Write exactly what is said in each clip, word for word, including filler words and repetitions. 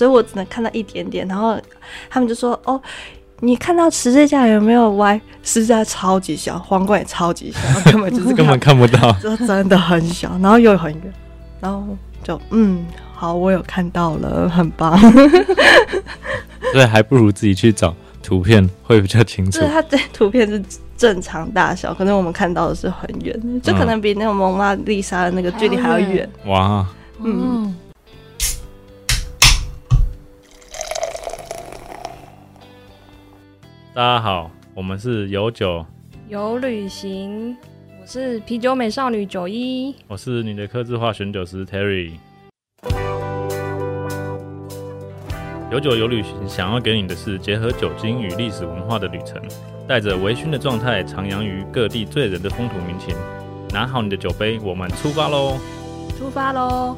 所以我只能看到一点点。然后他们就说：“哦，你看到十字架有没有歪？十字架超级小，皇冠也超级小，根本就是根本看不到， 就真的很小，然后又很远，然后就嗯，好，我有看到了，很棒。 所以还不如自己去找图片会比较清楚。 对，它这图片是正常大小，可能我们看到的是很远，就可能比那种蒙娜丽莎的那个距离还要远。 哇， 嗯。 大家好，我们是有酒有旅行，我是啤酒美少女九一， 我是你的客制化选酒师 Terry。有酒有旅行，想要给你的是结合酒精与历史文化的旅程，带着微醺的状态，徜徉于各地醉人的风土民情。拿好你的酒杯，我们出发喽！ 出发喽！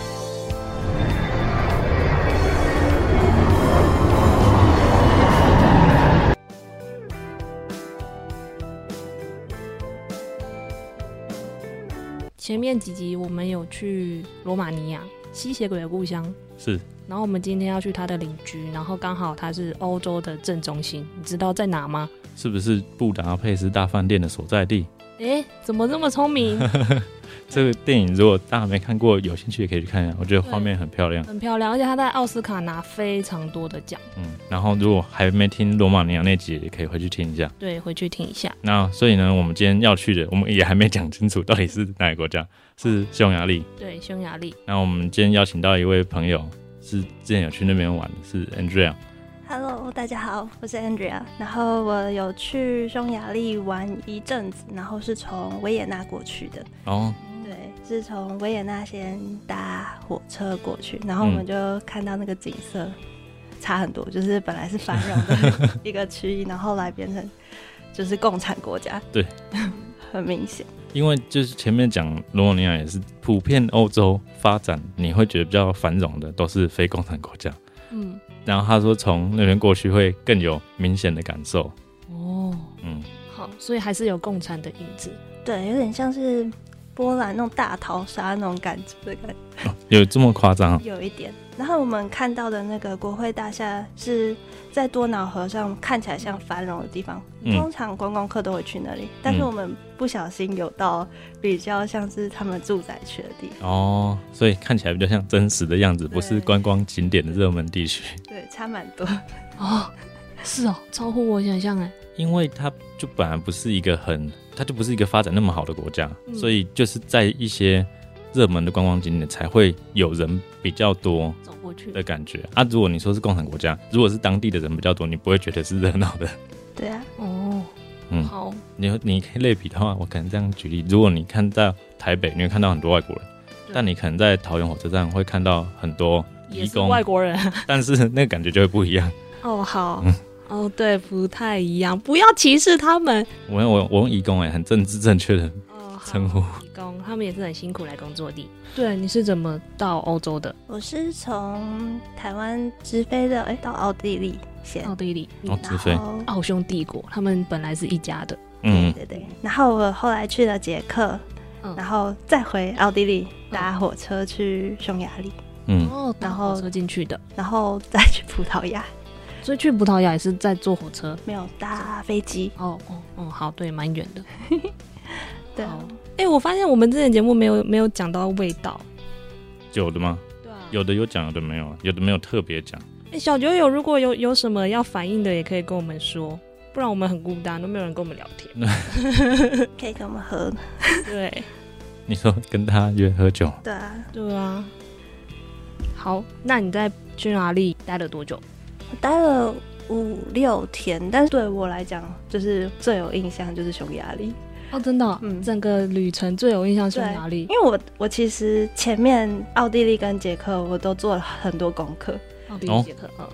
前面几集我们有去罗马尼亚，吸血鬼的故乡， 是。 然后我们今天要去他的邻居，然后刚好他是欧洲的正中心，你知道在哪吗？ 是不是布达佩斯大饭店的所在地？ 哎，怎么这么聪明？ 这个电影如果大家没看过，有兴趣也可以去看一下，我觉得画面很漂亮， 很漂亮，而且他在奥斯卡拿非常多的奖。 嗯，然后如果还没听罗马尼亚那集，也可以回去听一下。 对，回去听一下。 那所以呢，我们今天要去的，我们也还没讲清楚到底是哪个国家，是匈牙利。 对，匈牙利。 那我们今天邀请到一位朋友，是之前有去那边玩的，是 Andrea。Hello， 大家好，我是 Andrea。然后我有去匈牙利玩一阵子，然后是从维也纳过去的。 哦， 对，是从维也纳先搭火车过去，然后我们就看到那个景色差很多，就是本来是繁荣的一个区域，然后后来变成就是共产国家。 对， 很明显。 因为就是前面讲罗马尼亚也是普遍欧洲发展，你会觉得比较繁荣的都是非共产国家。嗯。然后他说从那边过去会更有明显的感受。 哦，嗯，好，所以还是有共产的影子。 对，有点像是波兰那种大逃杀那种感觉的感觉。 哦，有这么夸张？ 有一点。然后我们看到的那个国会大厦是在多瑙河上，看起来像繁荣的地方，嗯，通常观光客都会去那里，但是我们不小心有到比较像是他们住宅区的地方。 哦，所以看起来比较像真实的样子，不是观光景点的热门地区。 对，差蛮多。 哦，是哦，超乎我想象哎。 因为它就本来不是一个很，它就不是一个发展那么好的国家，嗯，所以就是在一些热门的观光景点才会有人比较多走过去的感觉啊。如果你说是共产国家，如果是当地的人比较多，你不会觉得是热闹的。 对啊， 哦，嗯，好， 你你可以类比的话，我可能这样举例：如果你看到台北，你会看到很多外国人，但你可能在桃园火车站会看到很多移工外国人， 但是那个感觉就会不一样。 哦，好。嗯，哦，对，不太一样，不要歧视他们。 我用我我用移工哎，很政治正确的称呼。 移工，他们也是很辛苦来工作的。对，你是怎么到欧洲的？ 我是从台湾直飞的，哎，到奥地利先。 奥地利， 哦，直飞。 奥匈帝国，他们本来是一家的。 嗯，对对对。然后我后来去了捷克，嗯，然后再回奥地利，搭火车去匈牙利。 嗯，哦，搭火车进去的， 然后再去葡萄牙。 所以去葡萄牙也是在坐火车？ 没有，搭飞机。 哦哦哦，好，对，蛮远的。 对， 哎、欸，我发现我们之前节目没有没有讲到味道。 有的吗？ 对啊， 有的有讲，有的没有，有的没有特别讲。 哎、欸，小酒友如果有有什么要反映的，也可以跟我们说，不然我们很孤单，都没有人跟我们聊天。 可以跟我们喝。 对， 你说跟他约喝酒？ 对啊， 对啊。好，那你在匈牙利待了多久？ 我待了五六天，但是对我来讲，就是最有印象就是匈牙利。 哦，真的、哦，嗯，整个旅程最有印象匈牙利， 因为我我其实前面奥地利跟捷克我都做了很多功课。 奥地利、捷克，嗯， 对，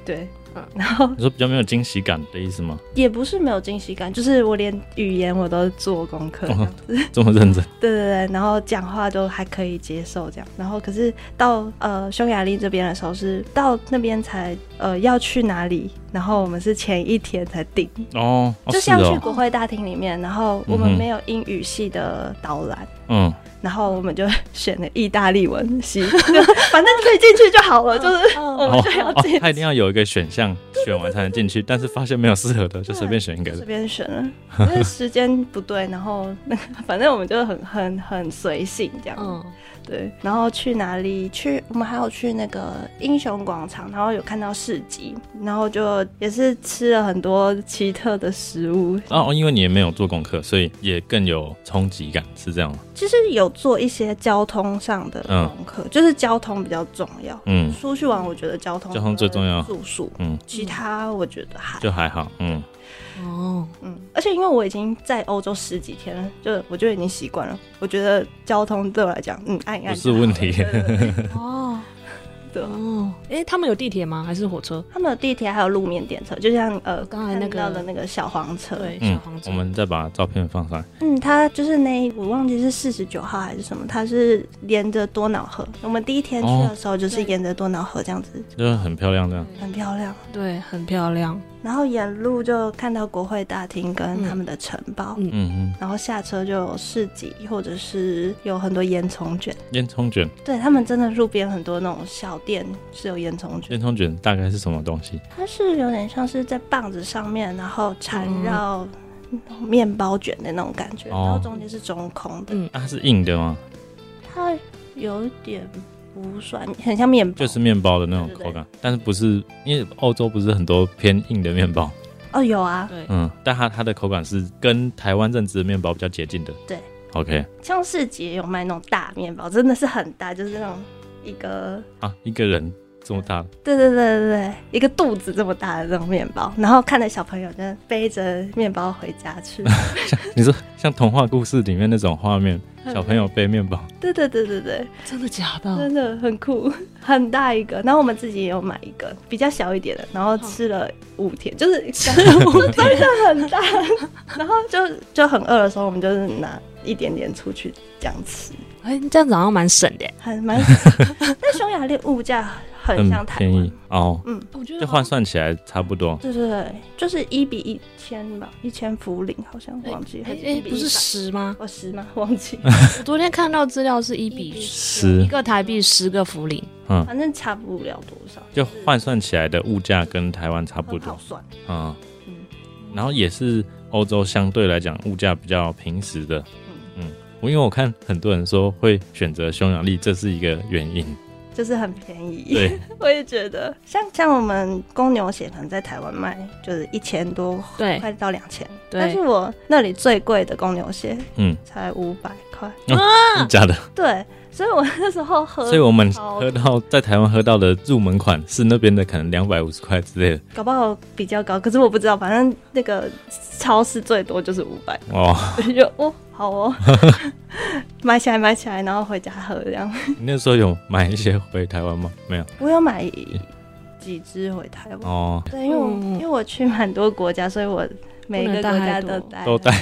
嗯，然后你说比较没有惊喜感的意思吗？ 也不是没有惊喜感，就是我连语言我都做功课这样子、哦、 这么认真。 对对对，然后讲话都还可以接受这样，然后可是到呃匈牙利这边的时候是到那边才呃要去哪里，然后我们是前一天才定哦, 哦就像去国会大厅里面、哦、然后我们没有英语系的导览，嗯，然后我们就选了意大利文系反正可以进去就好了，就是我们就要进去、 哦哦、他一定要有一个选项选完才能进去但是发现没有适合的就随便选一个， 随便选了因为时间不对然后反正我们就很很很随性这样、嗯，对，然后去哪里去我们还有去那个英雄广场，然后有看到市集，然后就也是吃了很多奇特的食物哦，因为你也没有做功课所以也更有冲击感，是这样吗？ 其实有做一些交通上的功课、嗯、就是交通比较重要，嗯，出去玩我觉得交通交通最重要， 住宿，嗯，其他我觉得还就还好，嗯哦，嗯，而且因为我已经在欧洲十几天了，就我就已经习惯了。我觉得交通对我来讲，嗯，按一按不是问题。 对对对哦， 对哦，哎，他们有地铁吗？还是火车？ 他们有地铁，还有路面电车，就像呃刚才那个的那个小黄车， 对，小黄车、 嗯。我们再把照片放上来。 嗯，它就是那我忘记是四十九号还是什么，它是沿着多瑙河。我们第一天去的时候就是沿着多瑙河这样子， 就是很漂亮，这样很漂亮， 对，很漂亮。 然后沿路就看到国会大厅跟他们的城堡，嗯嗯，然后下车就有市集，或者是有很多烟囱卷。 烟囱卷， 对，他们真的路边很多那种小店是有烟囱卷。 烟囱卷大概是什么东西？ 它是有点像是在棒子上面，然后缠绕面包卷的那种感觉，嗯、然后中间是中空的。 嗯，啊、它是硬的吗？ 它有点。不算，很像面包， 就是面包的那种口感，对对对，但是不是因为欧洲不是很多偏硬的面包哦，有啊， 对，嗯，但它它的口感是跟台湾认知的面包比较接近的， 对 ，OK， 像市集也有卖那种大面包，真的是很大，就是那种一个啊一个人这么大， 对对对对对，一个肚子这么大的这种面包，然后看着小朋友就背着面包回家去， 像你说像童话故事里面那种画面。小朋友背面包， 对对对对对， 真的假的？ 真的很酷，很大一个。然后我们自己也有买一个比较小一点的，然后吃了五天，就是吃了五天，真的很大。然后就就很饿的时候，我们就是拿一点点出去这样吃。 哎，这样子好像蛮省的， 还蛮省。但匈牙利物价很像台湾， 很便宜哦， 嗯，我觉得就换算起来差不多。 对对对，就是一比一千吧，一千福林好像忘记， 哎哎，不是十吗？ 哦，十吗？忘记。 我昨天看到资料是一比十，一个台币十个福林， 嗯，反正差不了多少。 就换算起来的物价跟台湾差不多， 好算。 嗯嗯，然后也是欧洲相对来讲物价比较平实的，嗯嗯，我因为我看很多人说会选择匈牙利，这是一个原因。 就是很便宜， 对， 我也觉得，像像我们公牛血可能在台湾卖就是一千多， 对， 快到两千，但是我那里最贵的公牛血，嗯，才五百块， 啊，假的， 对，所以我那时候喝， 所以我们喝到在台湾喝到的入门款是那边的可能两百五十块之类的， 搞不好比较高，可是我不知道，反正那个超市最多就是五百哦，就哦。好哦，买起来买起来，然后回家喝这样。 你那时候有买一些回台湾吗？没有， 我有买几支回台湾。哦，对，因为我、嗯、因为我去蛮多国家，所以我每个国家都带都带。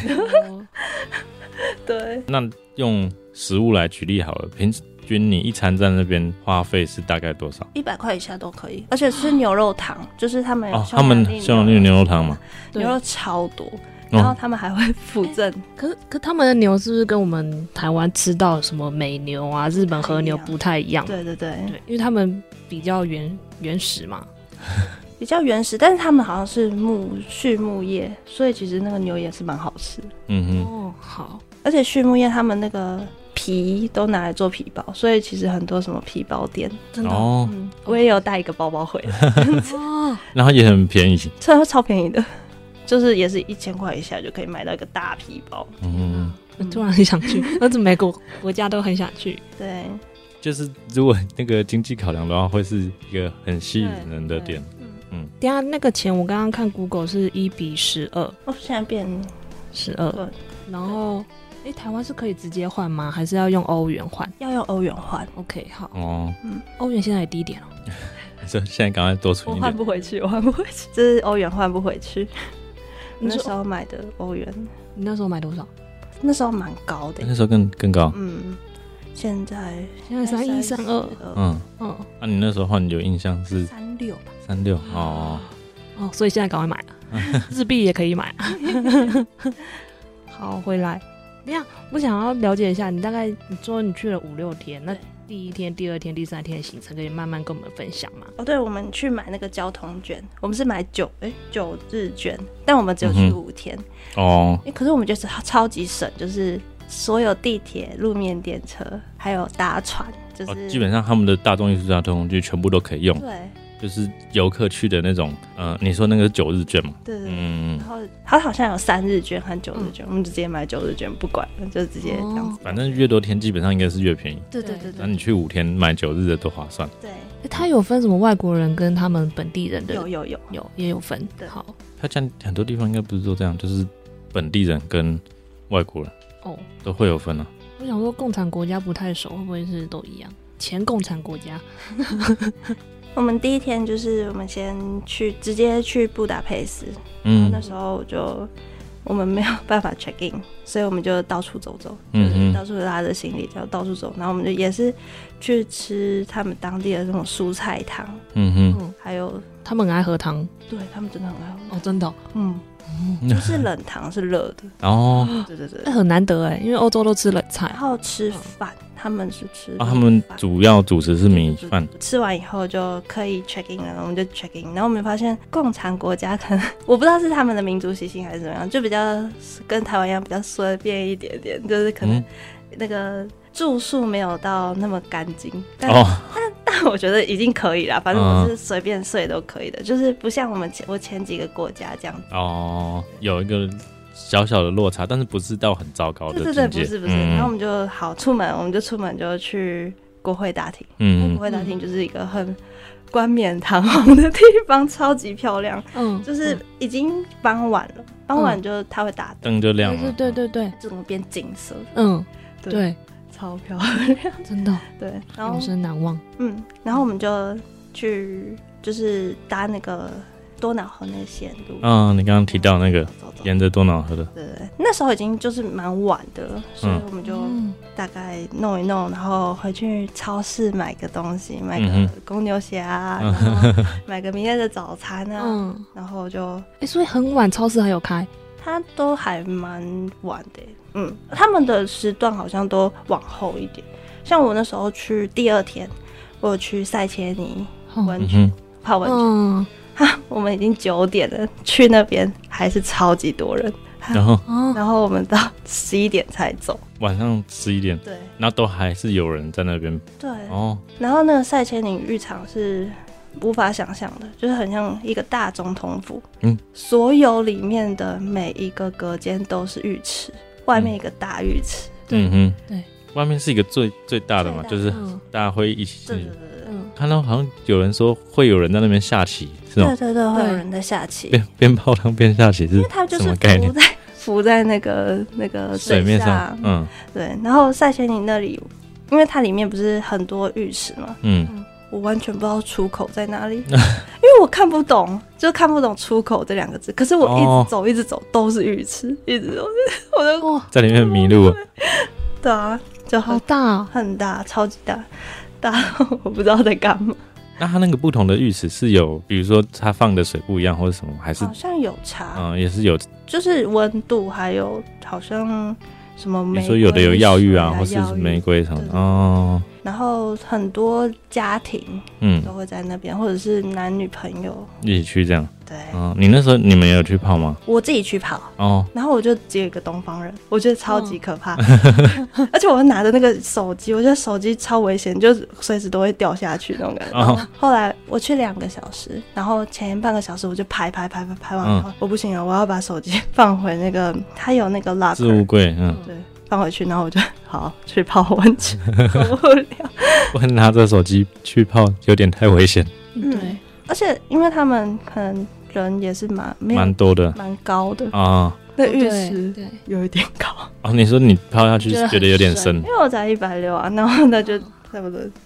对， 那用食物来举例好了，平均你一餐在那边花费是大概多少？ 一百块以下都可以，而且是牛肉汤，就是他们有哦，他们匈牙利牛肉汤嘛， 牛肉超多。然后他们还会附赠、欸， 可是可他们的牛是不是跟我们台湾吃到什么美牛啊、日本和牛不太一样？ 对对 对, 对，因为他们比较原原始嘛， 比较原始，但是他们好像是牧畜牧业，所以其实那个牛也是蛮好吃。 嗯哼，哦好， 而且畜牧业他们那个皮都拿来做皮包，所以其实很多什么皮包店，真的，哦嗯、我也有带一个包包回来， 哦，然后也很便宜， 超超便宜的。就是也是一千块以下就可以买到一个大皮包， 嗯，我突然很想去，而且每个国家都很想去。 对， 就是如果那个经济考量的话，会是一个很吸引人的点。 嗯，等一下那个钱我刚刚看 Google 是一比十二， 哦，现在变十二，然后哎，台湾是可以直接换吗？还是要用欧元换？ 要用欧元换。 OK， 好。哦，嗯，欧元现在也低点了。 所以现在赶快多存我一点。 换不回去，我换不回去，这是欧元换不回去。那时候买的欧元， 你那时候买多少？ 那时候蛮高的， 那时候更更高。 嗯，现在现在三一三二， 嗯嗯，那、啊、你那时候换有印象是三六吧？ 三六哦哦，所以现在赶快买了，日币也可以买。好，回来。那样，我想要了解一下，你大概你说你去了五六天，那第一天、第二天、第三天的行程可以慢慢跟我们分享吗？ 哦，对，我们去买那个交通券，我们是买九哎九日券，但我们只有去五天、 嗯、哦、 欸。可是我们就是超级省，就是所有地铁、路面电车还有搭船，就是、 哦、基本上他们的大众运输交通工具全部都可以用。 对。 就是游客去的那种，呃，你说那个是九日券嘛？ 对对对。 嗯， 然后它好像有三日券和九日券、嗯，我们就直接买九日券，不管，就直接这样子。 反正越多天基本上应该是越便宜。 对对对对。 然后你去五天买九日的都划算。 对。 它有分什么外国人跟他们本地人的？ 有有有有也有分。 对。 好。 它这样很多地方应该不是都这样，就是本地人跟外国人哦都会有分啊。 我想说共产国家不太熟，会不会是都一样？前共产国家。 我们第一天就是我们先去直接去布达佩斯， 嗯， 然后那时候就我们没有办法 check in， 所以我们就到处走走， 嗯， 就是到处拉着行李就到处走，然后我们就也是去吃他们当地的那种蔬菜汤， 嗯哼， 还有他们很爱喝汤， 对他们真的很爱喝哦，真的、哦， 嗯。不是冷汤，是热的哦。 对对对， 那很难得哎，因为欧洲都吃冷菜， 然后吃饭，嗯、他们是吃啊，他们主要主食是米饭。 吃完以后就可以 check in 了，我们就 check in， 然后我们发现共产国家可能我不知道是他们的民族习性还是怎么样，就比较跟台湾一样比较随便一点点，就是可能那个住宿没有到那么干净，但、哦、但但我觉得已经可以了，反正我是随便睡都可以的，嗯、就是不像我们前我前几个国家这样子。 哦，有一个小小的落差，但是不是到很糟糕的境界。 对对对，不是不是。嗯、然后我们就好出门，我们就出门就去国会大厅。 嗯， 国会大厅就是一个很冠冕堂皇的地方，超级漂亮。嗯，就是已经傍晚了，傍晚就它会打灯就亮了。 对对对对， 这种变金色。 嗯， 对。 对超漂亮， 真的， 对，然后永生难忘。 嗯，然后我们就去，就是搭那个多瑙河那个线路。 嗯，你刚刚提到那个走走沿着多瑙河的， 对对，那时候已经就是蛮晚的了，所以我们就大概弄一弄，然后回去超市买个东西，买个公牛鞋啊，嗯、然后买个明天的早餐啊，嗯、然后就， 哎、欸，所以很晚超市还有开。 它都还蛮晚的，嗯，他们的时段好像都往后一点。像我那时候去第二天，我有去塞切尼温泉、嗯、泡温泉，嗯、哈，我们已经九点了，去那边还是超级多人， 然后然后我们到十一点才走， 晚上十一点， 对， 然后都还是有人在那边， 对，哦，然后那个塞切尼浴场是无法想象的，就是很像一个大总统府，嗯，所有里面的每一个隔间都是浴池，外面一个大浴池， 嗯哼， 对， 外面是一个最最大的嘛，就是大家会一起， 对对对对，嗯， 看到好像有人说会有人在那边下棋，是吗？ 对对对，会有人在下棋， 边边泡汤边下棋是什么概念？ 浮在浮在那个那个水面上，嗯， 对，然后塞切尼那里，因为它里面不是很多浴池嘛，嗯。我完全不知道出口在哪里，因为我看不懂，就看不懂出口这两个字。可是我一直走，哦、一直走都是浴池，一直都是，我就哇， 在里面迷路了。 对啊，就好大， 很大，超级大，大到我不知道在干嘛。 那它那个不同的浴池是有，比如说它放的水不一样，或者什么，还是好像有差， 嗯，也是有， 就是温度，还有好像什么玫瑰， 你说有的有药浴啊，或是玫瑰什么的哦。 然后很多家庭嗯都会在那边，嗯、或者是男女朋友一起去这样。 对， 嗯，你那时候你们有去泡吗？ 我自己去泡哦，然后我就只有一个东方人，我觉得超级可怕，哦、而且我拿着那个手机，我觉得手机超危险，就随时都会掉下去那种感觉。哦、后来我去两个小时，然后前半个小时我就拍拍拍拍拍完以后，嗯、我不行了，我要把手机放回那个，它有那个 locker 置物柜，嗯， 对。放回去，然后我就好去泡温泉，受不了。 我拿着手机去泡，有点太危险。 嗯，对，而且因为他们可能人也是蛮蛮多的， 蛮高的啊。哦、 那浴池对有一点高。 哦，你说你泡下去觉得有点深， 因为我才一百六啊，然后呢就差不多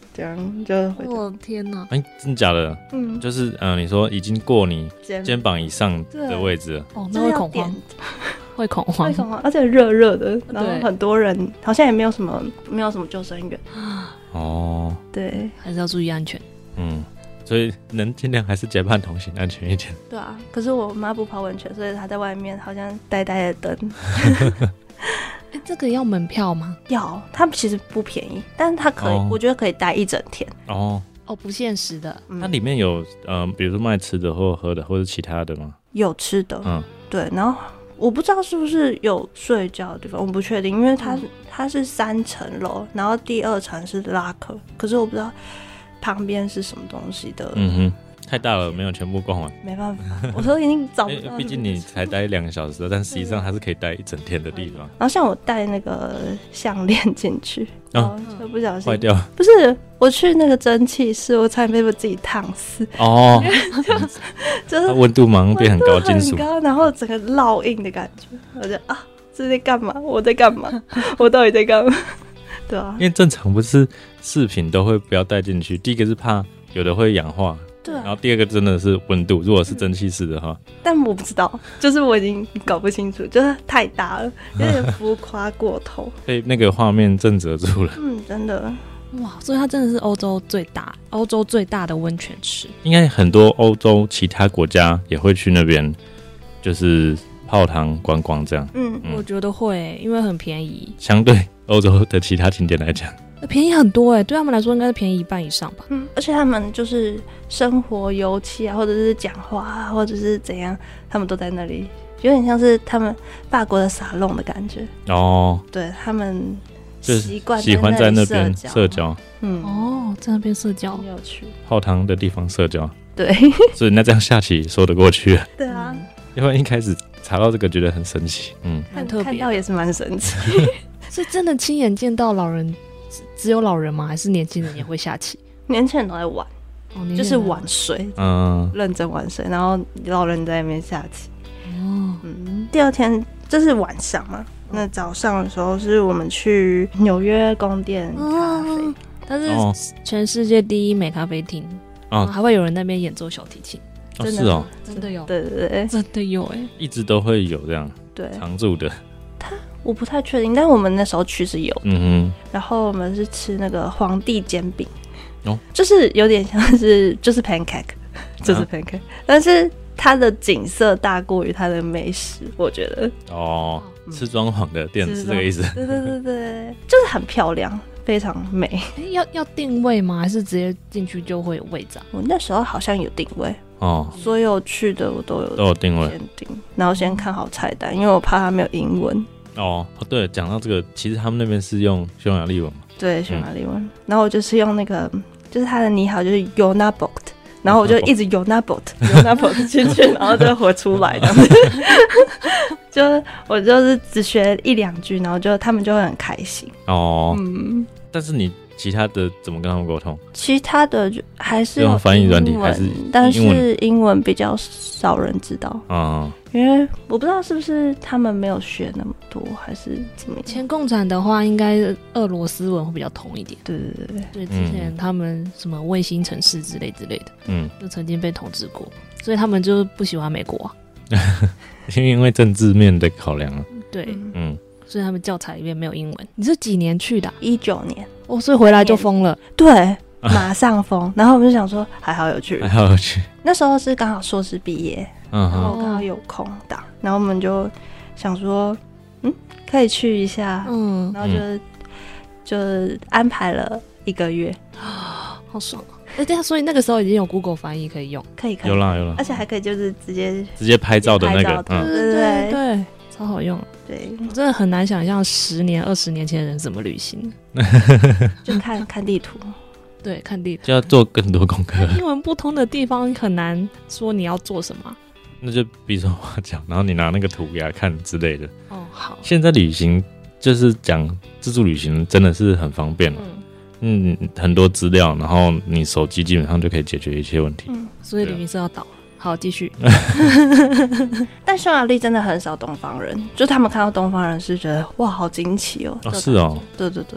这样就回家。 我天哪！ 哎、真的假的？ 嗯， 就是嗯、呃，你说已经过你肩肩膀以上的位置了， 哦，那会恐慌，会恐慌， 会恐慌，而且热热的，然后很多人好像也没有什么没有什么救生员。 哦， 对， 还是要注意安全。 嗯，所以能尽量还是结伴同行，安全一点。 对啊，可是我妈不泡温泉，所以她在外面好像呆呆的等。 哎，这个要门票吗？ 要，它其实不便宜，但是它可以，哦、我觉得可以待一整天。 哦哦，不限时的。 嗯、它里面有呃，比如说卖吃的或喝的，或者其他的吗？ 有吃的，嗯，对。然后我不知道是不是有睡觉的地方，我不确定，因为它、嗯、它是三层楼，然后第二层是拉客，可是我不知道旁边是什么东西的。 嗯哼。太大了，没有全部逛完， 没办法，我都已经找不到。 毕竟你才待两个小时，但实际上它是可以待一整天的地方。 然后像我带那个项链进去，然后就不小心坏掉。 不是，我去那个蒸汽室，我差点被我自己烫死。 哦， 就是它温度马上变很高，金属很高，然后整个烙印的感觉，我就啊，这在干嘛？我在干嘛？我到底在干嘛？对啊， 因为正常不是饰品都会不要带进去，第一个是怕有的会氧化。 对、啊， 然后第二个真的是温度，如果是蒸汽室的话， 但我不知道，就是我已经搞不清楚，就是太大了，有点浮夸过头， 被那个画面震慑住了。 嗯，真的， 哇，所以它真的是欧洲最大、欧洲最大的温泉池。 应该很多欧洲其他国家也会去那边，就是泡汤观光这样。 嗯，嗯我觉得会，因为很便宜， 相对欧洲的其他景点来讲。 便宜很多哎、欸，对他们来说应该是便宜一半以上吧。 嗯，而且他们就是生活油漆啊，或者是讲话啊，或者是怎样，他们都在那里，有点像是他们法国的沙龙的感觉。 哦， 对他们习惯喜欢在那边社交。 嗯，哦，在那边社交， 很有趣。 泡汤的地方社交， 对， 所以那这样下棋说得过去。 对啊， 因为一开始查到这个觉得很神奇，嗯， 很特别，看到也是蛮神奇。 是真的亲眼见到老人。只有老人吗？还是年轻人也会下棋？ 年轻人都在玩，哦、就是晚睡，嗯，认真晚睡，然后老人在那边下棋。哦，嗯，第二天这是晚上嘛？那早上的时候是我们去纽约宫殿咖啡，哦、 它是全世界第一美咖啡厅，哦，还会有人在那边演奏小提琴。 哦，是哦， 真的有， 对对对， 真的有哎、欸， 一直都会有这样， 对， 常驻的。 我不太确定，但是我们那时候去是有， 嗯哼。 然后我们是吃那个皇帝煎饼，哦，就是有点像是就是 pancake， 就是 pancake，、啊、但是它的景色大过于它的美食，我觉得。 哦，嗯、吃装潢的店是这个意思。 对对对对，就是很漂亮，非常美。 要要定位吗？还是直接进去就会有位置？ 我那时候好像有定位。哦，所有去的我都有都有定位， 先定，然后先看好菜单，因为我怕它没有英文。 哦，对，讲到这个，其实他们那边是用匈牙利文嘛？ 对，匈牙利文。嗯、然后我就是用那个，就是他的你好，就是 Yonabot， 然后我就一直 Yonabot，Yonabot 进去，然后就活出来这样子。就我就是只学一两句，然后就他们就会很开心。 哦，嗯，但是你其他的怎么跟他们沟通？ 其他的就还是用翻译软体，还是但是英文比较少人知道啊。嗯，因为我不知道是不是他们没有学那么多，还是怎么样。 前共产的话，应该俄罗斯文会比较通一点。 对对对对， 对，之前他们什么卫星城市之类之类的，嗯，就曾经被统治过，所以他们就不喜欢美国啊。 因为政治面的考量啊。 对，嗯，所以他们教材里面没有英文。你是几年去的、啊？ 一九年。 哦，所以回来就疯了。 对。马上疯，然后我们就想说还好有去， 还好有去。 那时候是刚好硕士毕业，嗯，然后刚好有空档，然后我们就想说，嗯，可以去一下，嗯，然后就、嗯、就安排了一个月， 好爽啊！哎，对啊，所以那个时候已经有 Google 翻译可以用， 可以，可以有啦有啦， 而且还可以就是直接直接拍照的那个， 对对对对，超好用。 对， 我真的很难想象十年、二十年前的人怎么旅行， 就看看地图。 对，看地图就要做更多功课。 英文不通的地方很难说你要做什么， 那就比手画脚，然后你拿那个图给他看之类的。 哦，好。 现在旅行就是讲自助旅行，真的是很方便了。嗯，嗯，很多资料，然后你手机基本上就可以解决一切问题。 嗯，所以旅行社要倒了。好，继续。 但匈牙利真的很少东方人，就他们看到东方人是觉得哇，好惊奇哦。 哦，是哦。 对对对。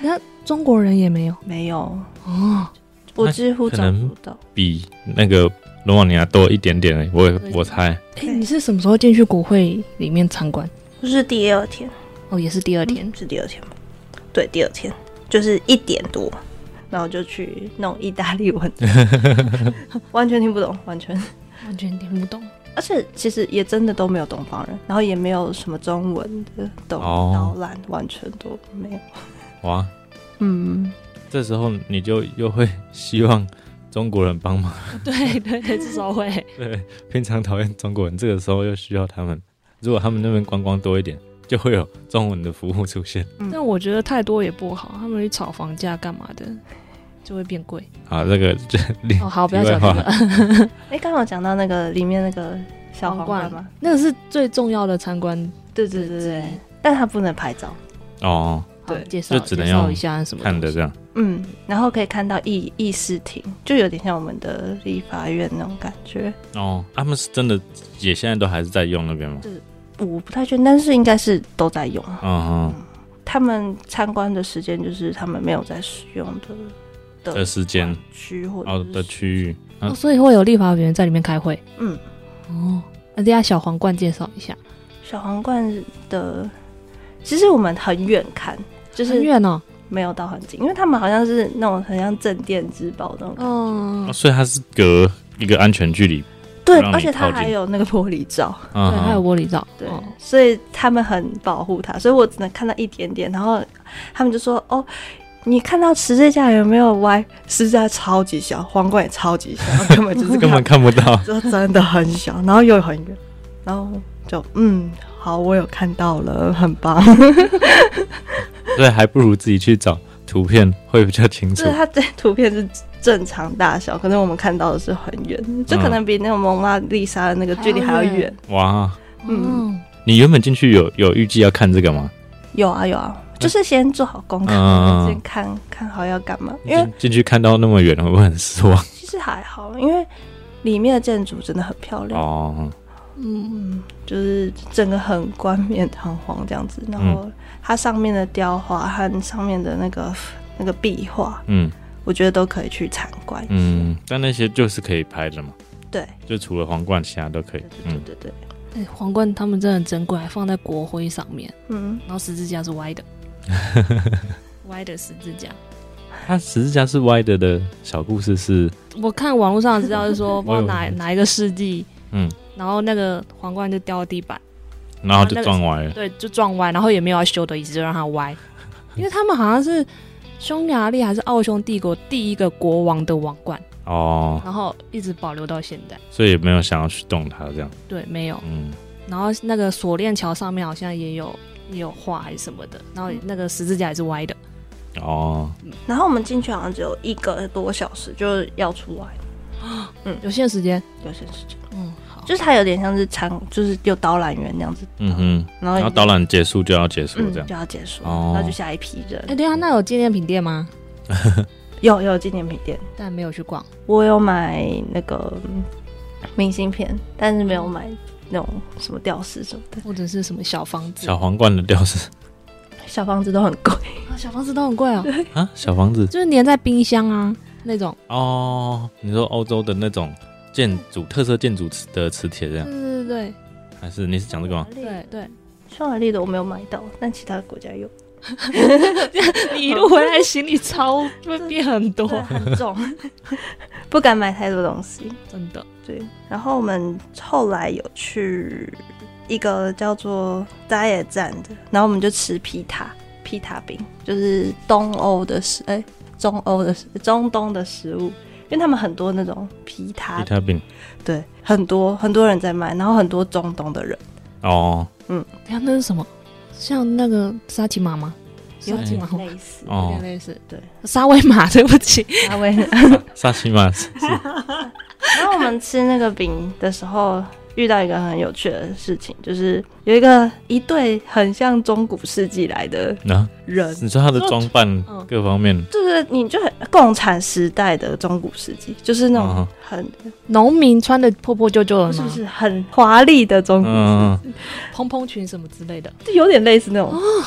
那中国人也没有？ 没有哦， 我几乎找不到， 比那个罗马尼亚多一点点而已，我我猜。 哎、欸，你是什么时候进去国会里面参观？ 不是第二天哦，也是第二天， 嗯、是第二天吗？对，第二天就是一点多，然后就去弄意大利文，完全听不懂，完全完全听不懂。 而且其实也真的都没有东方人，然后也没有什么中文的导导览，完全都没有。 哇， 嗯， 这时候你就又会希望中国人帮忙。 对对对，至少会。 对，平常讨厌中国人，这个时候又需要他们。如果他们那边观光多一点，就会有中文的服务出现。 嗯、但我觉得太多也不好，他们去炒房价干嘛的，就会变贵。 好，这个就哦，好，不要讲这个。 哎，刚刚讲到那个里面那个小皇冠吗？ 那个是最重要的参观。 对对对对，但它不能拍照。 哦， 对， 介绍就只能用一下什么看的这样。 嗯，然后可以看到议议事厅，就有点像我们的立法院那种感觉。 哦，他们是真的也现在都还是在用那边吗？ 对，我不太确定，但是应该是都在用。 嗯嗯， 他们参观的时间就是他们没有在使用的的时间区或哦的区域、 啊哦，所以会有立法委员在里面开会。 嗯， 哦，那等下小皇冠介绍一下。 小皇冠的，其实我们很远看，就是很远哦， 没有到很近，因为他们好像是那种很像镇店之宝那种感觉。 嗯、 哦，所以它是隔一个安全距离。 对，而且它还有那个玻璃罩， 嗯、 对，还有玻璃罩， 对、哦，所以他们很保护它，所以我只能看到一点点。然后他们就说：“哦，你看到十字架有没有歪？十字架超级小，皇冠也超级小，根本就是根本看不到， 就真的很小，然后又很远，然后就嗯，好，我有看到了，很棒。 对，还不如自己去找图片会比较清楚。 对，它这图片是正常大小，可是我们看到的是很远，就可能比那种蒙娜丽莎的那个距离还要远。 哇， 嗯， 你原本进去有有预计要看这个吗？ 有啊有啊，就是先做好功课， 嗯、 先看看好要干嘛。因为进去看到那么远，会不会很失望？ 其实还好，因为里面的建筑真的很漂亮。 哦， 嗯，就是整个很冠冕堂皇这样子，然后它上面的雕花和上面的那个那个壁画，嗯，我觉得都可以去参观。 嗯，但那些就是可以拍的嘛。 对， 就除了皇冠，其他都可以。 对对对对。 嗯、皇冠他们真的很珍贵，还放在国徽上面。嗯，然后十字架是歪的，歪的十字架。 它十字架是歪的的小故事是， 我看网络上的资料是说，不知道哪哪一个世纪，嗯，然后那个皇冠就掉到地板， 然后就撞歪了。 对，就撞歪，然后也没有要修的意思，就让它歪。因为他们好像是匈牙利还是奥匈帝国第一个国王的王冠。哦，然后一直保留到现在， 所以也没有想要去动它这样。 对，没有。嗯，然后那个锁链桥上面好像也有也有画还是什么的，然后那个十字架也是歪的。哦、 嗯，然后我们进去好像只有一个多小时就要出来。 嗯，有限时间， 有限时间。嗯，好，就是它有点像是参，就是有导览员那样子。 嗯哼，然后然后导览结束就要结束这样， 嗯、就要结束，哦、然后就下一批人。 哎，对啊，那有纪念品店吗？ 有有纪念品店， 但没有去逛。 我有买那个明信片，但是没有买那种什么吊饰什么的， 或者是什么小房子。 小皇冠的吊饰， 小房子都很贵啊！小房子都很贵哦。 啊，小房子就是粘在冰箱啊那种。 哦，你说欧洲的那种建筑特色建筑的磁铁这样？ 对对对。 还是你是讲这个吗？ 对对。 匈牙利的我没有买到，但其他的国家有。 你一路回来行李超会变很多， 很重，不敢买太多东西， 真的。 对，然后我们后来有去一个叫做扎野站的，然后我们就吃皮塔皮塔饼，就是东欧的食，哎、欸，中欧的中东的食物，因为他们很多那种皮塔皮塔饼， 对，很多很多人在卖，然后很多中东的人。 哦， 嗯，等一下那是什么？像那个沙琪玛吗？ 有点类似， 有点类似。对， 沙威玛，对不起， 沙威沙琪玛是。 然后我们吃那个饼的时候，遇到一个很有趣的事情，就是有一个一对很像中古世纪来的人。啊、 你说他的装扮各方面， 对对，你就很共产时代的中古世纪，就是那种很农民穿的破破旧旧的吗？ 是不是很华丽的中古世纪， 蓬蓬裙什么之类的， 就有点类似那种。哦，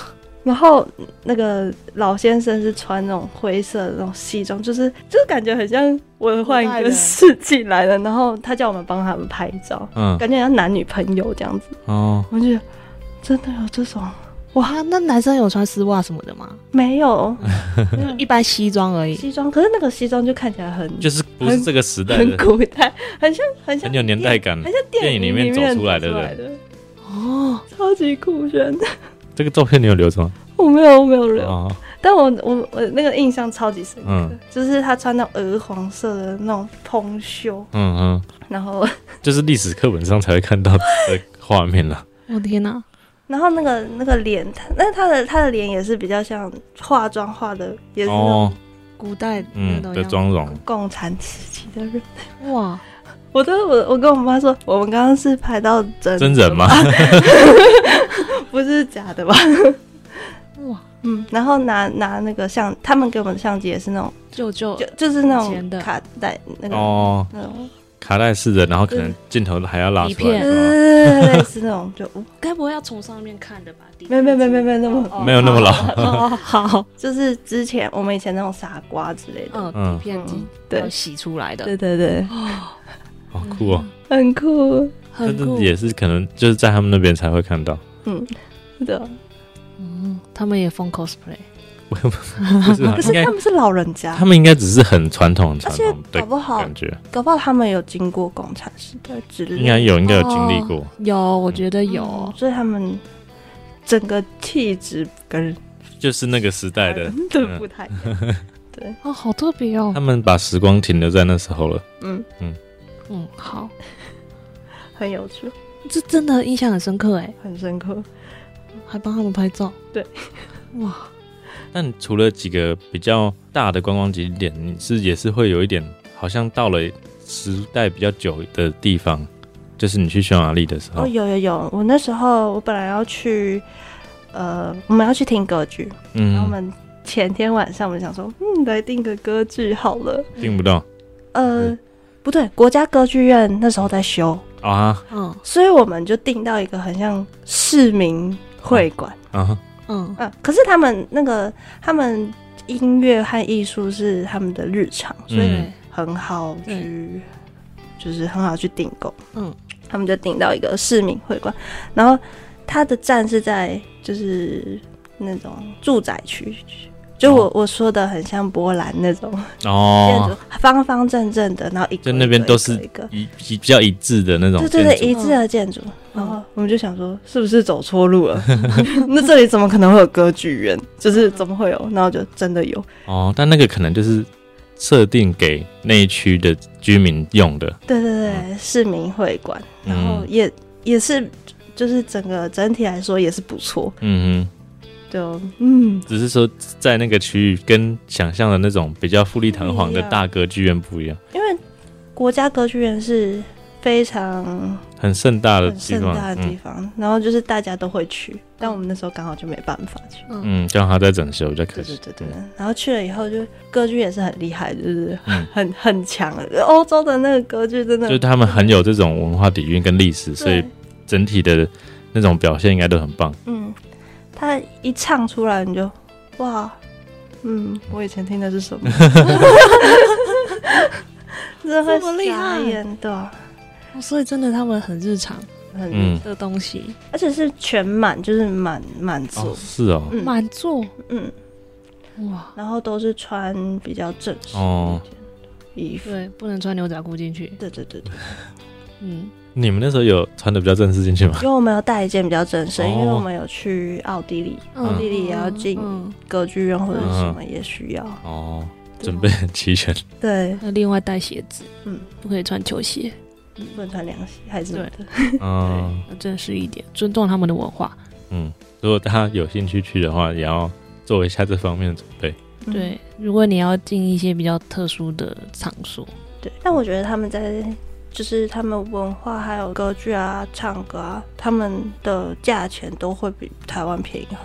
然后那个老先生是穿那种灰色的那种西装，就是就是感觉很像我换一个世纪来了，然后他叫我们帮他们拍照，嗯，感觉像男女朋友这样子。哦，我觉得真的有这种。 哇，那男生有穿丝袜什么的吗？ 没有， 一般西装而已。 西装，可是那个西装就看起来很， 就是不是这个时代的， 很古代，很像很像很有年代感， 很像电影里面走出来的人。 哦，超级酷炫。 这个照片你有留着吗？ 我没有，我没有留。哦，但我我我那个印象超级深刻，嗯，就是他穿那种鹅黄色的那种蓬袖，嗯嗯，然后就是历史课本上才会看到的画面了。 我天哪！ 然后那个那个脸，那他的他的脸也是比较像化妆化的，也是那种古代嗯的妆容， 共产时期的人。哇！我都我我跟我妈说，我们刚刚是拍到真真人吗？ 不是假的吧？哇！嗯，然后拿拿那个相，他们给我们的相机也是那种旧旧， 就就是那种卡带那个哦那种。 卡带式的，然后可能镜头还要拉出来， 类似那种，就该不会要从上面看的吧？ 没有没有没有没有那么没有那么老。 好，就是之前我们以前那种傻瓜之类的， 嗯，底片机对洗出来的， 对对对， 好酷哦， 很酷， 很酷，也是可能就是在他们那边才会看到， 嗯，是的， 嗯，他们也疯 cosplay。 不是， 可是他们是老人家， 他们应该只是很传统、很传统的感觉。 搞不好他们有经过共产时代之类的， 应该有，应该有经历过。 哦、有，我觉得有、 嗯，所以他们整个气质跟就是那个时代的， 对，不太一样。对， 哦，好特别哦。 他们把时光停留在那时候了。 嗯嗯嗯，好， 很有趣， 这真的印象很深刻哎， 很深刻， 还帮他们拍照。 对， 哇。 但除了几个比较大的观光景点，你是也是会有一点好像到了时代比较久的地方，就是你去匈牙利的时候。 哦，有有有，我那时候我本来要去，呃，我们要去听歌剧，嗯，然后我们前天晚上我们想说，嗯，来订个歌剧好了， 订不到， 呃，嗯、不对，国家歌剧院那时候在修啊，嗯，所以我们就订到一个很像市民会馆啊。啊嗯嗯，可是他们那个他们音乐和艺术是他们的日常，所以很好去，嗯、就是很好去订购。嗯，他们就订到一个市民会馆，然后它的站是在就是那种住宅区，就我、哦、我说的很像波兰那种哦，建筑方方正正的，然后一个就那边都是一比较一致的那种建筑， 对对对，一致的建筑。然后我们就想说，是不是走错路了？那这里怎么可能会有歌剧院？就是怎么会有？然后就真的有哦。但那个可能就是设定给那一区的居民用的。 对对对，嗯、市民会馆，然后也、嗯、也是，就是整个整体来说也是不错。嗯哼，就嗯，只是说在那个区域跟想象的那种比较富丽堂皇的大歌剧院不一样， 因为国家歌剧院是非常很盛大的地方，很盛大的地方、嗯，然后就是大家都会去，但我们那时候刚好就没办法去。 嗯，刚好在整修，比较可惜。 对对对对，然后去了以后，就歌剧也是很厉害，就是很、嗯、很强。欧洲的那个歌剧真的， 就是他们很有这种文化底蕴跟历史，所以整体的那种表现应该都很棒。 嗯，他一唱出来，你就哇，嗯，我以前听的是什么？真的会傻眼的。 所以真的他们很日常很的东西、嗯、 而且是全满，就是满满座、哦、 是哦满、嗯、座嗯哇，然后都是穿比较正式的衣服、哦、 对，不能穿牛仔裤进去， 对对对对嗯，你们那时候有穿的比较正式进去吗？ 因为我们有带一件比较正式、哦、因为我们有去奥地利、嗯、奥地利也要进歌剧院或者什么也需要、嗯、 哦，准备很齐全， 对， 要另外带鞋子，嗯，不可以穿球鞋， 不能穿凉鞋还是什么的， 嗯，要正式一点，尊重他们的文化。 嗯，如果大家有兴趣去的话，也要做一下这方面的准备。 对，如果你要进一些比较特殊的场所， 对，但我觉得他们在就是他们文化还有歌剧啊、唱歌啊，他们的价钱都会比台湾便宜很多。